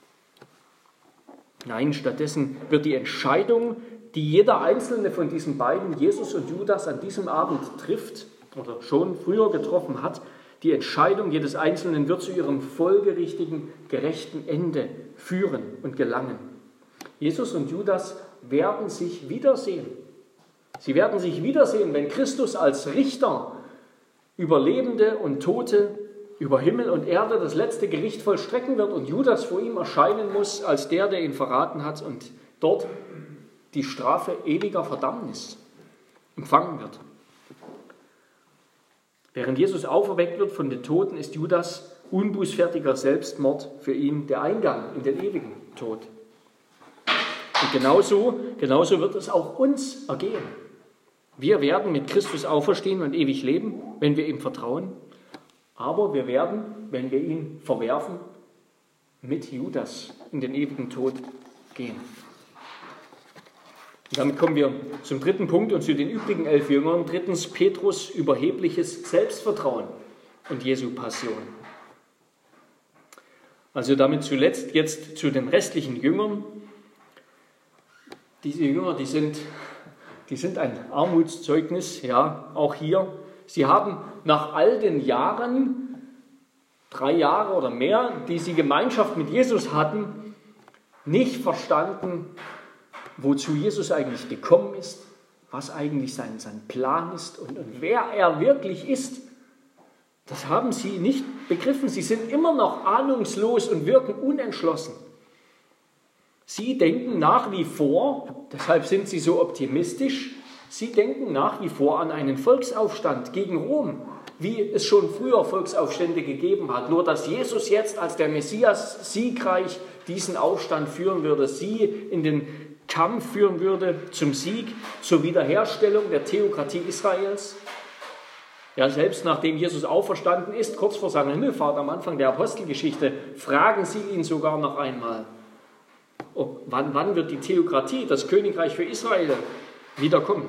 Nein, stattdessen wird die Entscheidung, die jeder einzelne von diesen beiden, Jesus und Judas, an diesem Abend trifft oder schon früher getroffen hat, die Entscheidung jedes Einzelnen wird zu ihrem folgerichtigen, gerechten Ende führen und gelangen. Jesus und Judas werden sich wiedersehen. Sie werden sich wiedersehen, wenn Christus als Richter über Lebende und Tote, über Himmel und Erde das letzte Gericht vollstrecken wird und Judas vor ihm erscheinen muss als der ihn verraten hat und dort die Strafe ewiger Verdammnis empfangen wird. Während Jesus auferweckt wird von den Toten, ist Judas unbußfertiger Selbstmord für ihn der Eingang in den ewigen Tod. Und genauso wird es auch uns ergehen. Wir werden mit Christus auferstehen und ewig leben, wenn wir ihm vertrauen. Aber wir werden, wenn wir ihn verwerfen, mit Judas in den ewigen Tod gehen. Und damit kommen wir zum dritten Punkt und zu den übrigen 11 Jüngern. Drittens, Petrus überhebliches Selbstvertrauen und Jesu Passion. Also damit zuletzt jetzt zu den restlichen Jüngern. Diese Jünger, die sind ein Armutszeugnis, ja, auch hier. Sie haben nach all den Jahren, 3 Jahre oder mehr, die sie Gemeinschaft mit Jesus hatten, nicht verstanden, wozu Jesus eigentlich gekommen ist, was eigentlich sein Plan ist und wer er wirklich ist. Das haben sie nicht begriffen. Sie sind immer noch ahnungslos und wirken unentschlossen. Sie denken nach wie vor, deshalb sind sie so optimistisch, Sie denken nach wie vor an einen Volksaufstand gegen Rom, wie es schon früher Volksaufstände gegeben hat. Nur dass Jesus jetzt als der Messias siegreich diesen Aufstand führen würde, sie in den Kampf führen würde zum Sieg, zur Wiederherstellung der Theokratie Israels. Ja, selbst nachdem Jesus auferstanden ist, kurz vor seiner Himmelfahrt am Anfang der Apostelgeschichte, fragen sie ihn sogar noch einmal, wann wird die Theokratie, das Königreich für Israel, wiederkommen.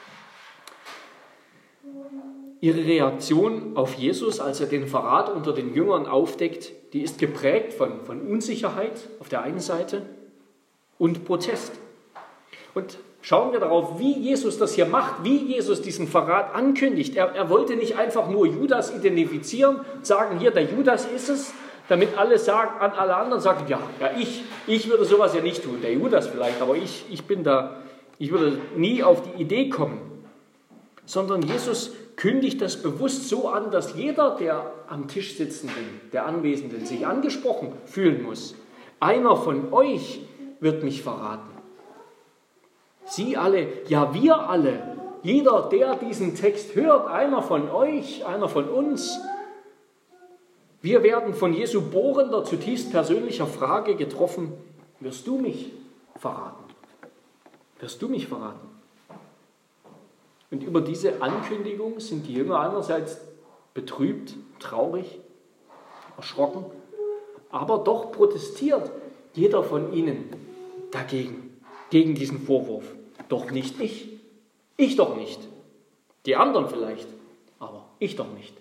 Ihre Reaktion auf Jesus, als er den Verrat unter den Jüngern aufdeckt, die ist geprägt von Unsicherheit auf der einen Seite und Protest. Und schauen wir darauf, wie Jesus das hier macht, wie Jesus diesen Verrat ankündigt. Er wollte nicht einfach nur Judas identifizieren, sagen, hier, der Judas ist es, damit alle anderen sagen, ja, ich würde sowas ja nicht tun, der Judas vielleicht, aber ich würde nie auf die Idee kommen. Sondern Jesus kündigt das bewusst so an, dass jeder der am Tisch Sitzenden, der Anwesenden, sich angesprochen fühlen muss. Einer von euch wird mich verraten. Sie alle, ja wir alle, jeder, der diesen Text hört, einer von euch, einer von uns. Wir werden von Jesu bohrender, zutiefst persönlicher Frage getroffen, wirst du mich verraten? Wirst du mich verraten? Und über diese Ankündigung sind die Jünger einerseits betrübt, traurig, erschrocken, aber doch protestiert jeder von ihnen dagegen, gegen diesen Vorwurf. Doch nicht ich. Ich doch nicht. Die anderen vielleicht, aber ich doch nicht.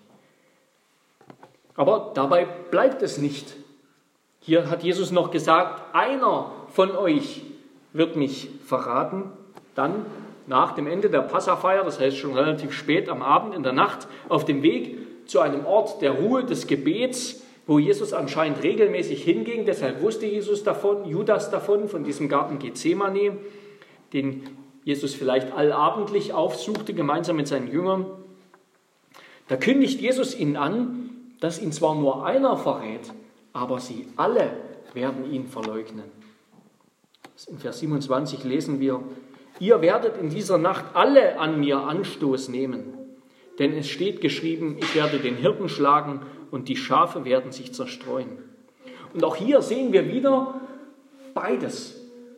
Aber dabei bleibt es nicht. Hier hat Jesus noch gesagt, einer von euch wird mich verraten. Dann nach dem Ende der Passafeier, das heißt schon relativ spät am Abend, in der Nacht, auf dem Weg zu einem Ort der Ruhe, des Gebets, wo Jesus anscheinend regelmäßig hinging. Deshalb wusste Judas davon, von diesem Garten Gethsemane, den Jesus vielleicht allabendlich aufsuchte, gemeinsam mit seinen Jüngern. Da kündigt Jesus ihnen an, dass ihn zwar nur einer verrät, aber sie alle werden ihn verleugnen. In Vers 27 lesen wir, ihr werdet in dieser Nacht alle an mir Anstoß nehmen, denn es steht geschrieben, ich werde den Hirten schlagen und die Schafe werden sich zerstreuen. Und auch hier sehen wir wieder beides.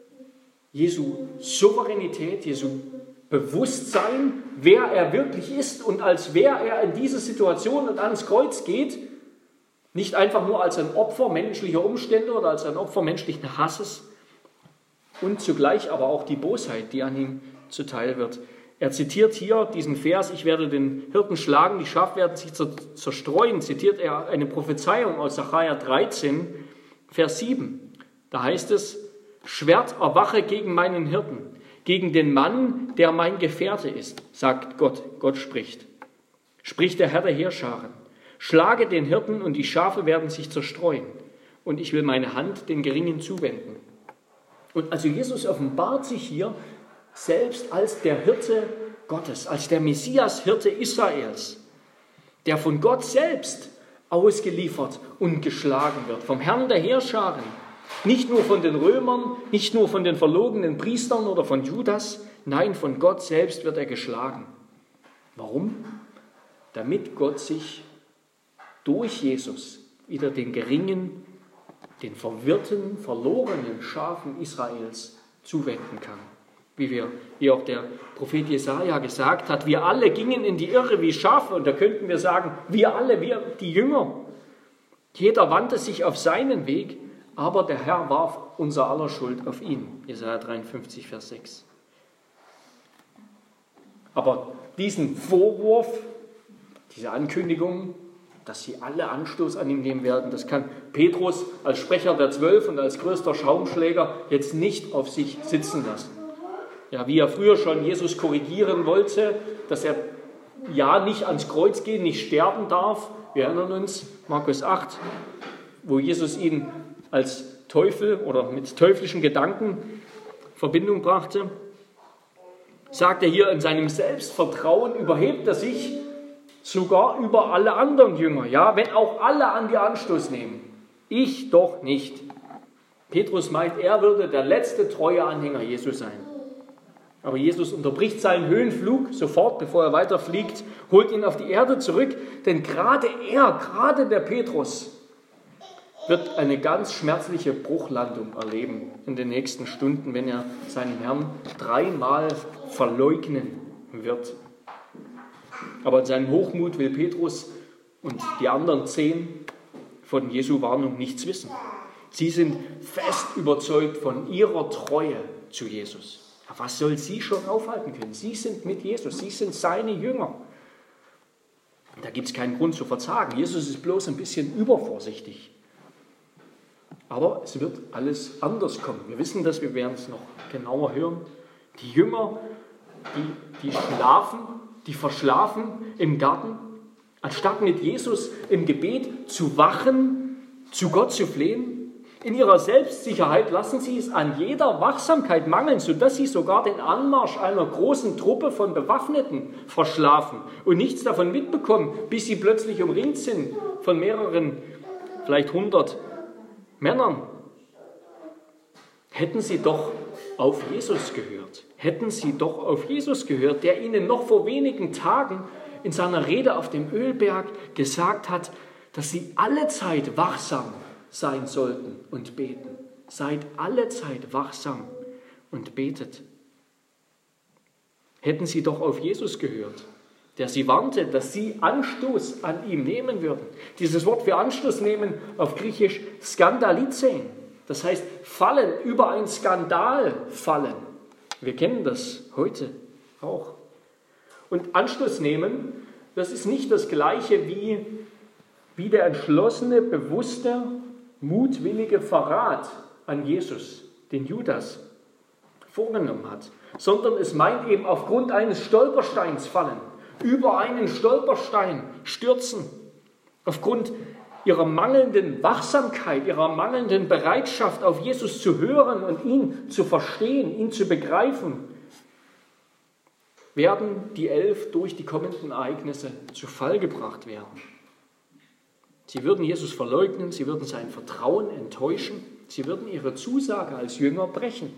Jesu Souveränität, Jesu Bewusstsein, wer er wirklich ist und als wer er in diese Situation und ans Kreuz geht, nicht einfach nur als ein Opfer menschlicher Umstände oder als ein Opfer menschlichen Hasses und zugleich aber auch die Bosheit, die an ihm zuteil wird. Er zitiert hier diesen Vers, ich werde den Hirten schlagen, die Schafe werden sich zerstreuen, zitiert er eine Prophezeiung aus Sacharja 13, Vers 7. Da heißt es, Schwert erwache gegen meinen Hirten, gegen den Mann, der mein Gefährte ist, sagt Gott. Gott spricht. Spricht der Herr der Heerscharen. Schlage den Hirten und die Schafe werden sich zerstreuen. Und ich will meine Hand den Geringen zuwenden. Und also Jesus offenbart sich hier selbst als der Hirte Gottes, als der Messias-Hirte Israels, der von Gott selbst ausgeliefert und geschlagen wird, vom Herrn der Heerscharen. Nicht nur von den Römern, nicht nur von den verlogenen Priestern oder von Judas, nein, von Gott selbst wird er geschlagen. Warum? Damit Gott sich durch Jesus wieder den geringen, den verwirrten, verlorenen Schafen Israels zuwenden kann. Wie auch der Prophet Jesaja gesagt hat, wir alle gingen in die Irre wie Schafe, und da könnten wir sagen, wir alle, wir, die Jünger. Jeder wandte sich auf seinen Weg, aber der Herr warf unser aller Schuld auf ihn. Jesaja 53, Vers 6. Aber diesen Vorwurf, diese Ankündigung, dass sie alle Anstoß an ihm nehmen werden, das kann Petrus als Sprecher der 12 und als größter Schaumschläger jetzt nicht auf sich sitzen lassen. Ja, wie er früher schon Jesus korrigieren wollte, dass er ja nicht ans Kreuz gehen, nicht sterben darf. Wir erinnern uns, Markus 8, wo Jesus ihn als Teufel oder mit teuflischen Gedanken in Verbindung brachte, sagt er hier in seinem Selbstvertrauen, überhebt er sich sogar über alle anderen Jünger. Ja, wenn auch alle an dir Anstoß nehmen, ich doch nicht. Petrus meint, er würde der letzte treue Anhänger Jesu sein. Aber Jesus unterbricht seinen Höhenflug sofort, bevor er weiterfliegt, holt ihn auf die Erde zurück, denn gerade der Petrus, wird eine ganz schmerzliche Bruchlandung erleben in den nächsten Stunden, wenn er seinen Herrn 3-mal verleugnen wird. Aber in seinem Hochmut will Petrus und die anderen 10 von Jesu Warnung nichts wissen. Sie sind fest überzeugt von ihrer Treue zu Jesus. Was soll sie schon aufhalten können? Sie sind mit Jesus, sie sind seine Jünger. Da gibt es keinen Grund zu verzagen. Jesus ist bloß ein bisschen übervorsichtig. Aber es wird alles anders kommen. Wir wissen das, wir werden es noch genauer hören. Die Jünger, die schlafen, die verschlafen im Garten. Anstatt mit Jesus im Gebet zu wachen, zu Gott zu flehen, in ihrer Selbstsicherheit lassen sie es an jeder Wachsamkeit mangeln, sodass sie sogar den Anmarsch einer großen Truppe von Bewaffneten verschlafen und nichts davon mitbekommen, bis sie plötzlich umringt sind von mehreren, vielleicht 100 Männern. Hätten sie doch auf Jesus gehört. Hätten sie doch auf Jesus gehört, der ihnen noch vor wenigen Tagen in seiner Rede auf dem Ölberg gesagt hat, dass sie alle Zeit wachsam sein sollten und beten. Seid alle Zeit wachsam und betet. Hätten sie doch auf Jesus gehört, der sie warnte, dass sie Anstoß an ihm nehmen würden. Dieses Wort für Anstoß nehmen auf Griechisch skandalizein. Das heißt, fallen, über einen Skandal fallen. Wir kennen das heute auch. Und Anstoß nehmen, das ist nicht das Gleiche wie der entschlossene, bewusste, mutwillige Verrat an Jesus, den Judas vorgenommen hat, sondern es meint eben aufgrund eines Stolpersteins fallen, über einen Stolperstein stürzen, aufgrund ihrer mangelnden Wachsamkeit, ihrer mangelnden Bereitschaft, auf Jesus zu hören und ihn zu verstehen, ihn zu begreifen, werden die 11 durch die kommenden Ereignisse zu Fall gebracht werden. Sie würden Jesus verleugnen, sie würden sein Vertrauen enttäuschen, sie würden ihre Zusage als Jünger brechen.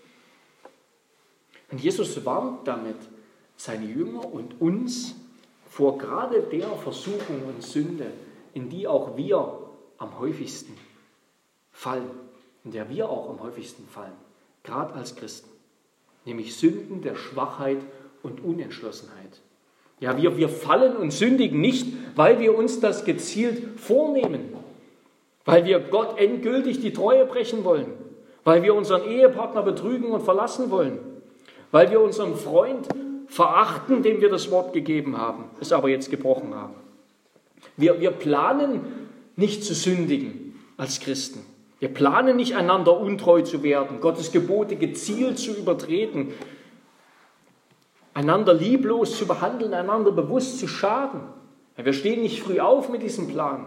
Und Jesus warnt damit seine Jünger und uns vor gerade der Versuchung und Sünde, in die auch wir am häufigsten fallen, in der wir auch am häufigsten fallen, gerade als Christen, nämlich Sünden der Schwachheit und Unentschlossenheit. Ja, wir fallen und sündigen nicht, weil wir uns das gezielt vornehmen, weil wir Gott endgültig die Treue brechen wollen, weil wir unseren Ehepartner betrügen und verlassen wollen, weil wir unseren Freund verachten, dem wir das Wort gegeben haben, es aber jetzt gebrochen haben. Wir planen nicht zu sündigen als Christen. Wir planen nicht, einander untreu zu werden, Gottes Gebote gezielt zu übertreten, einander lieblos zu behandeln, einander bewusst zu schaden. Wir stehen nicht früh auf mit diesem Plan.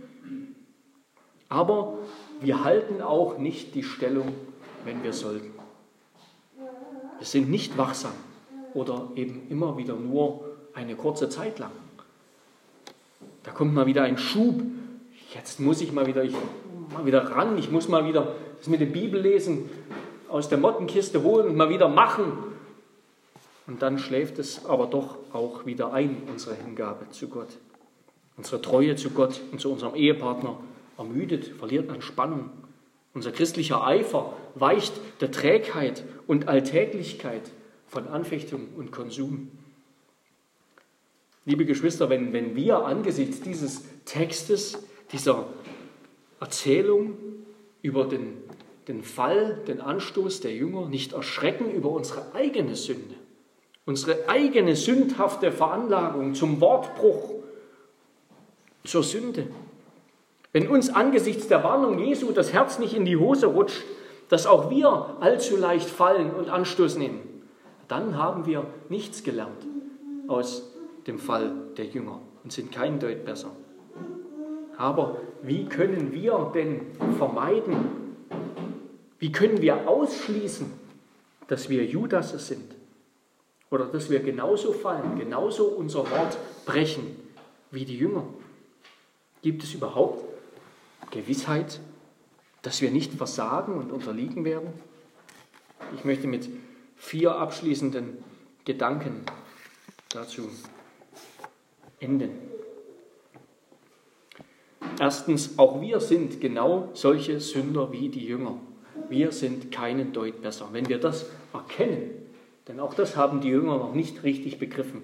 Aber wir halten auch nicht die Stellung, wenn wir sollten. Wir sind nicht wachsam oder eben immer wieder nur eine kurze Zeit lang. Da kommt mal wieder ein Schub. Jetzt muss ich mal wieder ran. Ich muss mal wieder das mit dem Bibellesen aus der Mottenkiste holen und mal wieder machen. Und dann schläft es aber doch auch wieder ein, unsere Hingabe zu Gott. Unsere Treue zu Gott und zu unserem Ehepartner ermüdet, verliert an Spannung. Unser christlicher Eifer weicht der Trägheit und Alltäglichkeit von Anfechtung und Konsum. Liebe Geschwister, wenn wir angesichts dieses Textes, dieser Erzählung über den Fall, den Anstoß der Jünger nicht erschrecken über unsere eigene Sünde, unsere eigene sündhafte Veranlagung zum Wortbruch, zur Sünde, wenn uns angesichts der Warnung Jesu das Herz nicht in die Hose rutscht, dass auch wir allzu leicht fallen und Anstoß nehmen, dann haben wir nichts gelernt aus dem Fall der Jünger und sind kein Deut besser. Aber wie können wir denn vermeiden, wie können wir ausschließen, dass wir Judas sind oder dass wir genauso fallen, genauso unser Wort brechen wie die Jünger? Gibt es überhaupt Gewissheit, dass wir nicht versagen und unterliegen werden? Ich möchte mit 4 abschließenden Gedanken dazu enden. Erstens, auch wir sind genau solche Sünder wie die Jünger. Wir sind keinen Deut besser. Wenn wir das erkennen, denn auch das haben die Jünger noch nicht richtig begriffen.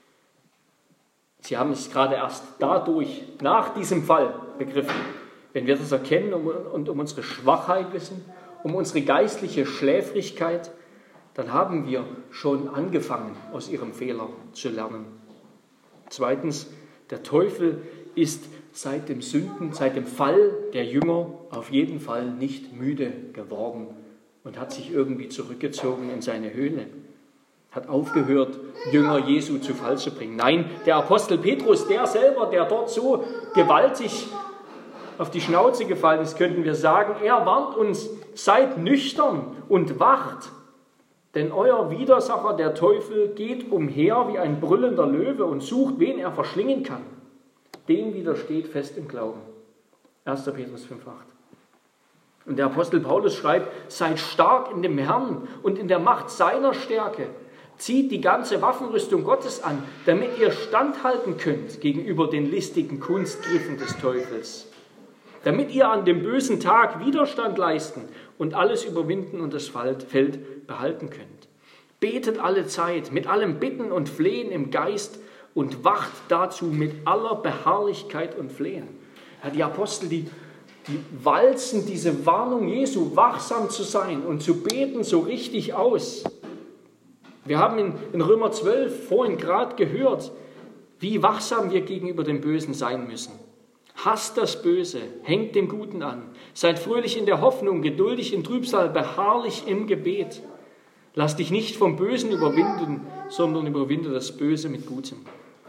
Sie haben es gerade erst dadurch, nach diesem Fall, begriffen. Wenn wir das erkennen und um unsere Schwachheit wissen, um unsere geistliche Schläfrigkeit, dann haben wir schon angefangen, aus ihrem Fehler zu lernen. Zweitens, der Teufel ist seit dem Fall der Jünger auf jeden Fall nicht müde geworden und hat sich irgendwie zurückgezogen in seine Höhle. Hat aufgehört, Jünger Jesu zu Fall zu bringen. Nein, der Apostel Petrus, der selber, der dort so gewaltig auf die Schnauze gefallen ist, könnten wir sagen, er warnt uns, seid nüchtern und wacht, denn euer Widersacher, der Teufel, geht umher wie ein brüllender Löwe und sucht, wen er verschlingen kann. Dem widersteht fest im Glauben. 1. Petrus 5,8. Und der Apostel Paulus schreibt, seid stark in dem Herrn und in der Macht seiner Stärke. Zieht die ganze Waffenrüstung Gottes an, damit ihr standhalten könnt gegenüber den listigen Kunstgriffen des Teufels. Damit ihr an dem bösen Tag Widerstand leisten und alles überwinden und das Feld behalten könnt. Betet alle Zeit mit allem Bitten und Flehen im Geist und wacht dazu mit aller Beharrlichkeit und Flehen. Ja, die Apostel, die walzen diese Warnung Jesu, wachsam zu sein und zu beten, so richtig aus. Wir haben in Römer 12 vorhin gerade gehört, wie wachsam wir gegenüber dem Bösen sein müssen. Hasst das Böse, hängt dem Guten an. Seid fröhlich in der Hoffnung, geduldig in Trübsal, beharrlich im Gebet. Lass dich nicht vom Bösen überwinden, sondern überwinde das Böse mit Gutem.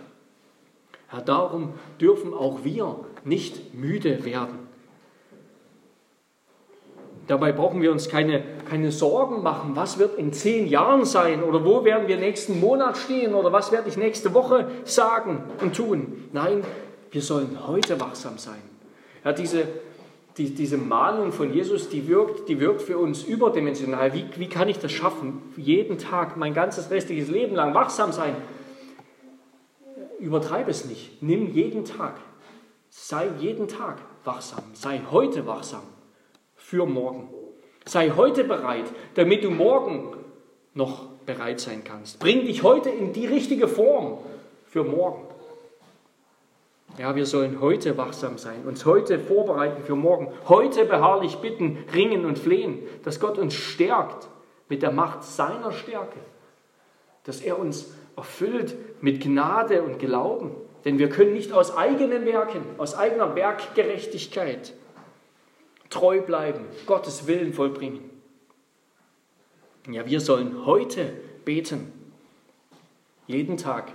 Ja, darum dürfen auch wir nicht müde werden. Dabei brauchen wir uns keine Sorgen machen, was wird in 10 Jahren sein oder wo werden wir nächsten Monat stehen oder was werde ich nächste Woche sagen und tun. Nein, wir sollen heute wachsam sein. Ja, diese Mahnung von Jesus, die wirkt für uns überdimensional. Wie kann ich das schaffen? Jeden Tag, mein ganzes restliches Leben lang wachsam sein. Übertreibe es nicht. Nimm jeden Tag. Sei jeden Tag wachsam. Sei heute wachsam. Für morgen. Sei heute bereit, damit du morgen noch bereit sein kannst. Bring dich heute in die richtige Form für morgen. Ja, wir sollen heute wachsam sein, uns heute vorbereiten für morgen, heute beharrlich bitten, ringen und flehen, dass Gott uns stärkt mit der Macht seiner Stärke, dass er uns erfüllt mit Gnade und Glauben, denn wir können nicht aus eigenen Werken, aus eigener Werkgerechtigkeit treu bleiben, Gottes Willen vollbringen. Ja, wir sollen heute beten, jeden Tag,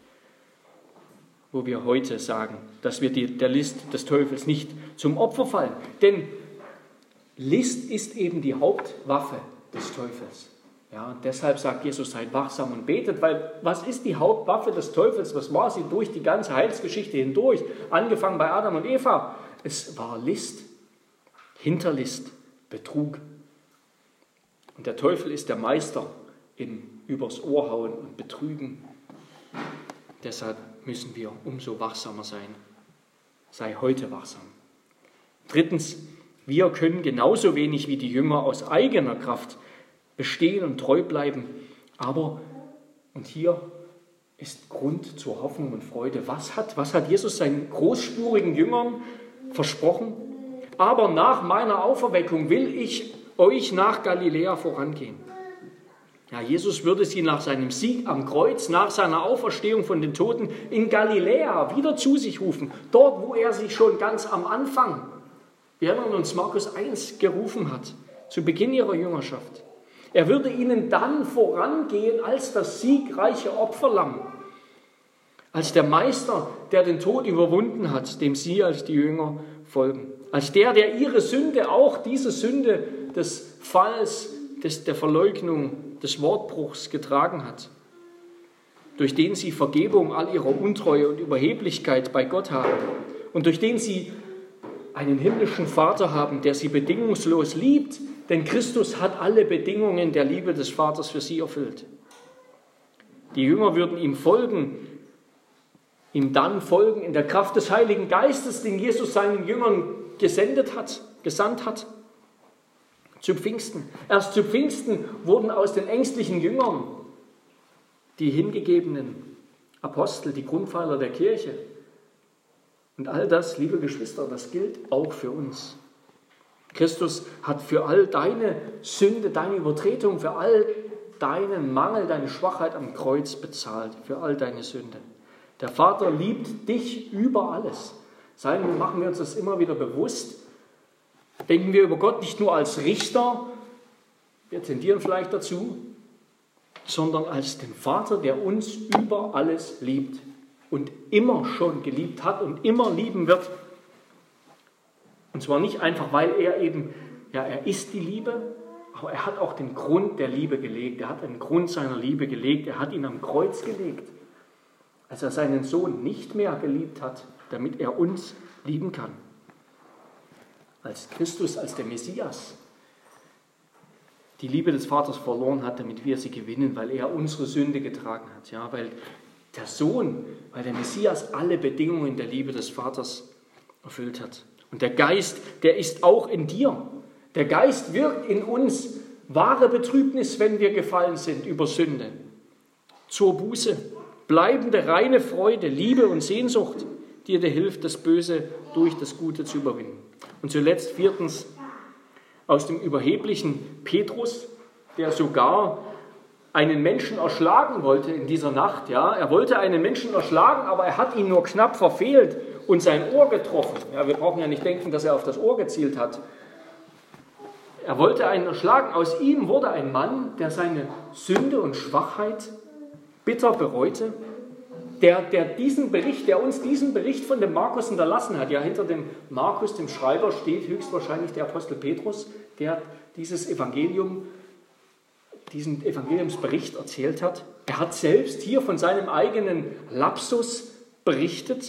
wo wir heute sagen, dass wir der List des Teufels nicht zum Opfer fallen. Denn List ist eben die Hauptwaffe des Teufels. Ja, und deshalb sagt Jesus, seid wachsam und betet, weil was ist die Hauptwaffe des Teufels? Was war sie durch die ganze Heilsgeschichte hindurch? Angefangen bei Adam und Eva. Es war List. Hinterlist, Betrug. Und der Teufel ist der Meister im übers Ohr hauen und Betrügen. Deshalb müssen wir umso wachsamer sein. Sei heute wachsam. Drittens, wir können genauso wenig wie die Jünger aus eigener Kraft bestehen und treu bleiben. Aber, und hier ist Grund zur Hoffnung und Freude. Was hat Jesus seinen großspurigen Jüngern versprochen? Aber nach meiner Auferweckung will ich euch nach Galiläa vorangehen. Ja, Jesus würde sie nach seinem Sieg am Kreuz, nach seiner Auferstehung von den Toten in Galiläa wieder zu sich rufen. Dort, wo er sie schon ganz am Anfang, wir erinnern uns, Markus 1 gerufen hat, zu Beginn ihrer Jüngerschaft. Er würde ihnen dann vorangehen als das siegreiche Opferlamm, als der Meister, der den Tod überwunden hat, dem sie als die Jünger folgen. Als der ihre Sünde, auch diese Sünde des Falls, der Verleugnung, des Wortbruchs getragen hat, durch den sie Vergebung all ihrer Untreue und Überheblichkeit bei Gott haben und durch den sie einen himmlischen Vater haben, der sie bedingungslos liebt, denn Christus hat alle Bedingungen der Liebe des Vaters für sie erfüllt. Die Jünger würden ihm dann folgen in der Kraft des Heiligen Geistes, den Jesus seinen Jüngern gesandt hat. Zu Pfingsten. Erst zu Pfingsten wurden aus den ängstlichen Jüngern die hingegebenen Apostel, die Grundpfeiler der Kirche. Und all das, liebe Geschwister, das gilt auch für uns. Christus hat für all deine Sünde, deine Übertretung, für all deinen Mangel, deine Schwachheit am Kreuz bezahlt, für all deine Sünde. Der Vater liebt dich über alles. Machen wir uns das immer wieder bewusst. Denken wir über Gott nicht nur als Richter, wir tendieren vielleicht dazu, sondern als den Vater, der uns über alles liebt und immer schon geliebt hat und immer lieben wird. Und zwar nicht einfach, weil er ist die Liebe, aber er hat auch den Grund der Liebe gelegt. Er hat den Grund seiner Liebe gelegt. Er hat ihn am Kreuz gelegt, als er seinen Sohn nicht mehr geliebt hat, damit er uns lieben kann. Als Christus, als der Messias, die Liebe des Vaters verloren hat, damit wir sie gewinnen, weil er unsere Sünde getragen hat. Ja, weil der Sohn, weil der Messias alle Bedingungen der Liebe des Vaters erfüllt hat. Und der Geist, der ist auch in dir. Der Geist wirkt in uns wahre Betrübnis, wenn wir gefallen sind über Sünde. Zur Buße, bleibende reine Freude, Liebe und Sehnsucht, die dir hilft, das Böse durch das Gute zu überwinden. Und zuletzt 4. aus dem überheblichen Petrus, der sogar einen Menschen erschlagen wollte in dieser Nacht. Ja, er wollte einen Menschen erschlagen, aber er hat ihn nur knapp verfehlt und sein Ohr getroffen. Ja, wir brauchen ja nicht denken, dass er auf das Ohr gezielt hat. Er wollte einen erschlagen. Aus ihm wurde ein Mann, der seine Sünde und Schwachheit bitter bereute, der uns diesen Bericht von dem Markus hinterlassen hat. Ja, hinter dem Markus, dem Schreiber, steht höchstwahrscheinlich der Apostel Petrus, der diesen Evangeliumsbericht erzählt hat. Er hat selbst hier von seinem eigenen Lapsus berichtet.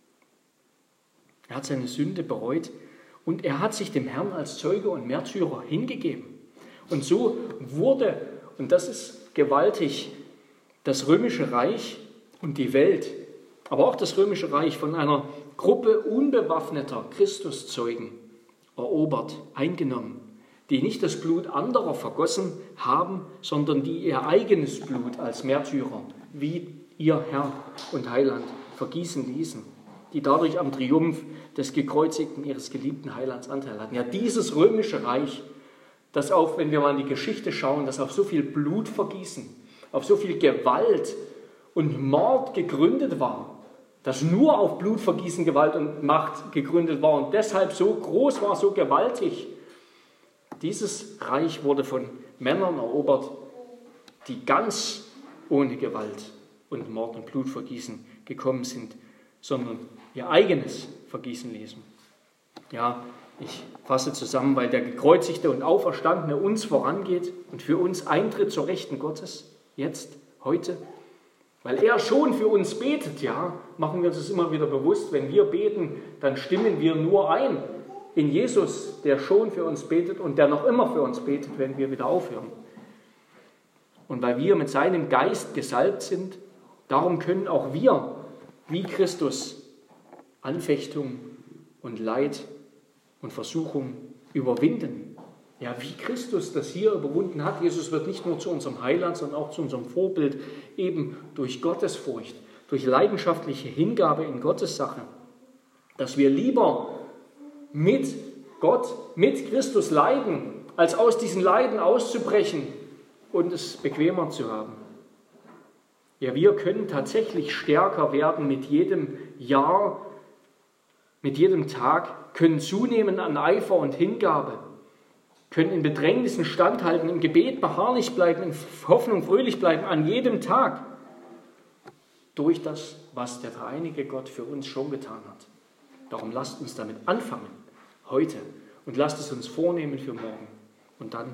Er hat seine Sünde bereut und er hat sich dem Herrn als Zeuge und Märtyrer hingegeben. Und so wurde, und das ist gewaltig, das Römische Reich und die Welt, aber auch das Römische Reich von einer Gruppe unbewaffneter Christuszeugen erobert, eingenommen, die nicht das Blut anderer vergossen haben, sondern die ihr eigenes Blut als Märtyrer, wie ihr Herr und Heiland, vergießen ließen, die dadurch am Triumph des Gekreuzigten ihres geliebten Heilands Anteil hatten. Ja, dieses Römische Reich, das wenn wir mal in die Geschichte schauen, das auf so viel Blutvergießen, auf so viel Gewalt und Mord gegründet war, das nur auf Blutvergießen, Gewalt und Macht gegründet war und deshalb so groß war, so gewaltig. Dieses Reich wurde von Männern erobert, die ganz ohne Gewalt und Mord und Blutvergießen gekommen sind, sondern ihr eigenes vergießen ließen. Ja, ich fasse zusammen, weil der gekreuzigte und Auferstandene uns vorangeht und für uns eintritt zur Rechten Gottes, jetzt, heute, weil er schon für uns betet. Ja, machen wir uns das immer wieder bewusst, wenn wir beten, dann stimmen wir nur ein in Jesus, der schon für uns betet und der noch immer für uns betet, wenn wir wieder aufhören. Und weil wir mit seinem Geist gesalbt sind, darum können auch wir, wie Christus, Anfechtung und Leid und Versuchung überwinden. Ja, wie Christus das hier überwunden hat. Jesus wird nicht nur zu unserem Heiland, sondern auch zu unserem Vorbild, eben durch Gottesfurcht, durch leidenschaftliche Hingabe in Gottes Sache, dass wir lieber mit Gott, mit Christus leiden, als aus diesen Leiden auszubrechen und es bequemer zu haben. Ja, wir können tatsächlich stärker werden mit jedem Jahr, mit jedem Tag, können zunehmen an Eifer und Hingabe, können in Bedrängnissen standhalten, im Gebet beharrlich bleiben, in Hoffnung fröhlich bleiben, an jedem Tag, durch das, was der dreieinige Gott für uns schon getan hat. Darum lasst uns damit anfangen, heute, und lasst es uns vornehmen für morgen. Und dann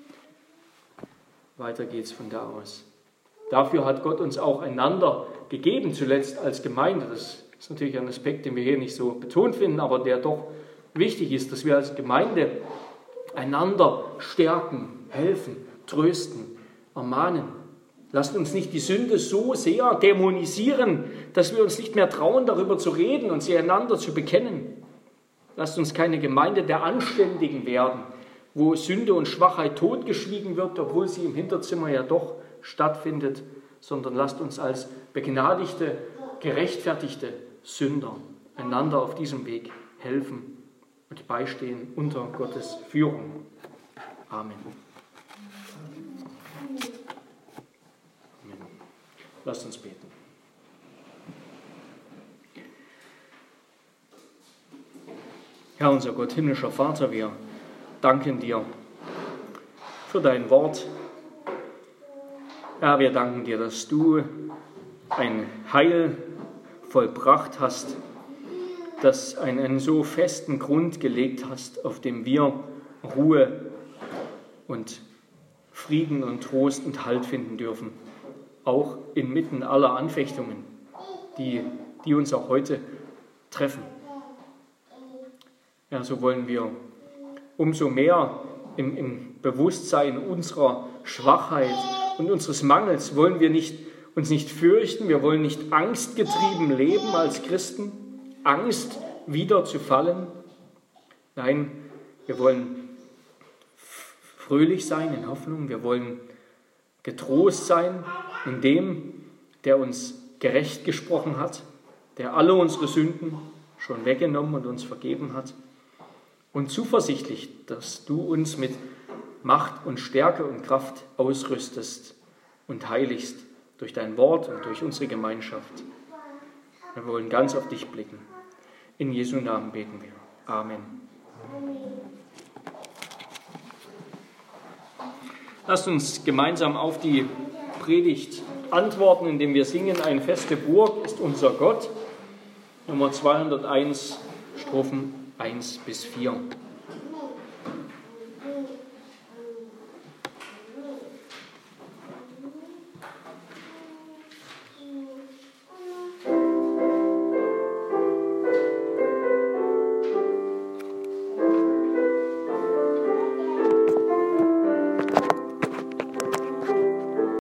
weiter geht's von da aus. Dafür hat Gott uns auch einander gegeben, zuletzt als Gemeinde. Das ist natürlich ein Aspekt, den wir hier nicht so betont finden, aber der doch wichtig ist, dass wir als Gemeinde einander stärken, helfen, trösten, ermahnen. Lasst uns nicht die Sünde so sehr dämonisieren, dass wir uns nicht mehr trauen, darüber zu reden und sie einander zu bekennen. Lasst uns keine Gemeinde der Anständigen werden, wo Sünde und Schwachheit totgeschwiegen wird, obwohl sie im Hinterzimmer ja doch stattfindet, sondern lasst uns als begnadigte, gerechtfertigte Sünder einander auf diesem Weg helfen und beistehen unter Gottes Führung. Amen. Amen. Lasst uns beten. Herr unser Gott, himmlischer Vater, wir danken dir für dein Wort. Herr, wir danken dir, dass du ein Heil vollbracht hast, dass einen so festen Grund gelegt hast, auf dem wir Ruhe und Frieden und Trost und Halt finden dürfen, auch inmitten aller Anfechtungen, die uns auch heute treffen. Ja, so wollen wir umso mehr im Bewusstsein unserer Schwachheit und unseres Mangels wollen wir uns nicht fürchten, wir wollen nicht angstgetrieben leben als Christen, Angst wieder zu fallen. Nein, wir wollen fröhlich sein in Hoffnung, wir wollen getrost sein in dem, der uns gerecht gesprochen hat, der alle unsere Sünden schon weggenommen und uns vergeben hat. Und zuversichtlich, dass du uns mit Macht und Stärke und Kraft ausrüstest und heiligst durch dein Wort und durch unsere Gemeinschaft. Wir wollen ganz auf dich blicken. In Jesu Namen beten wir. Amen. Lasst uns gemeinsam auf die Predigt antworten, indem wir singen, eine feste Burg ist unser Gott. Nummer 201, Strophen 1 bis 4.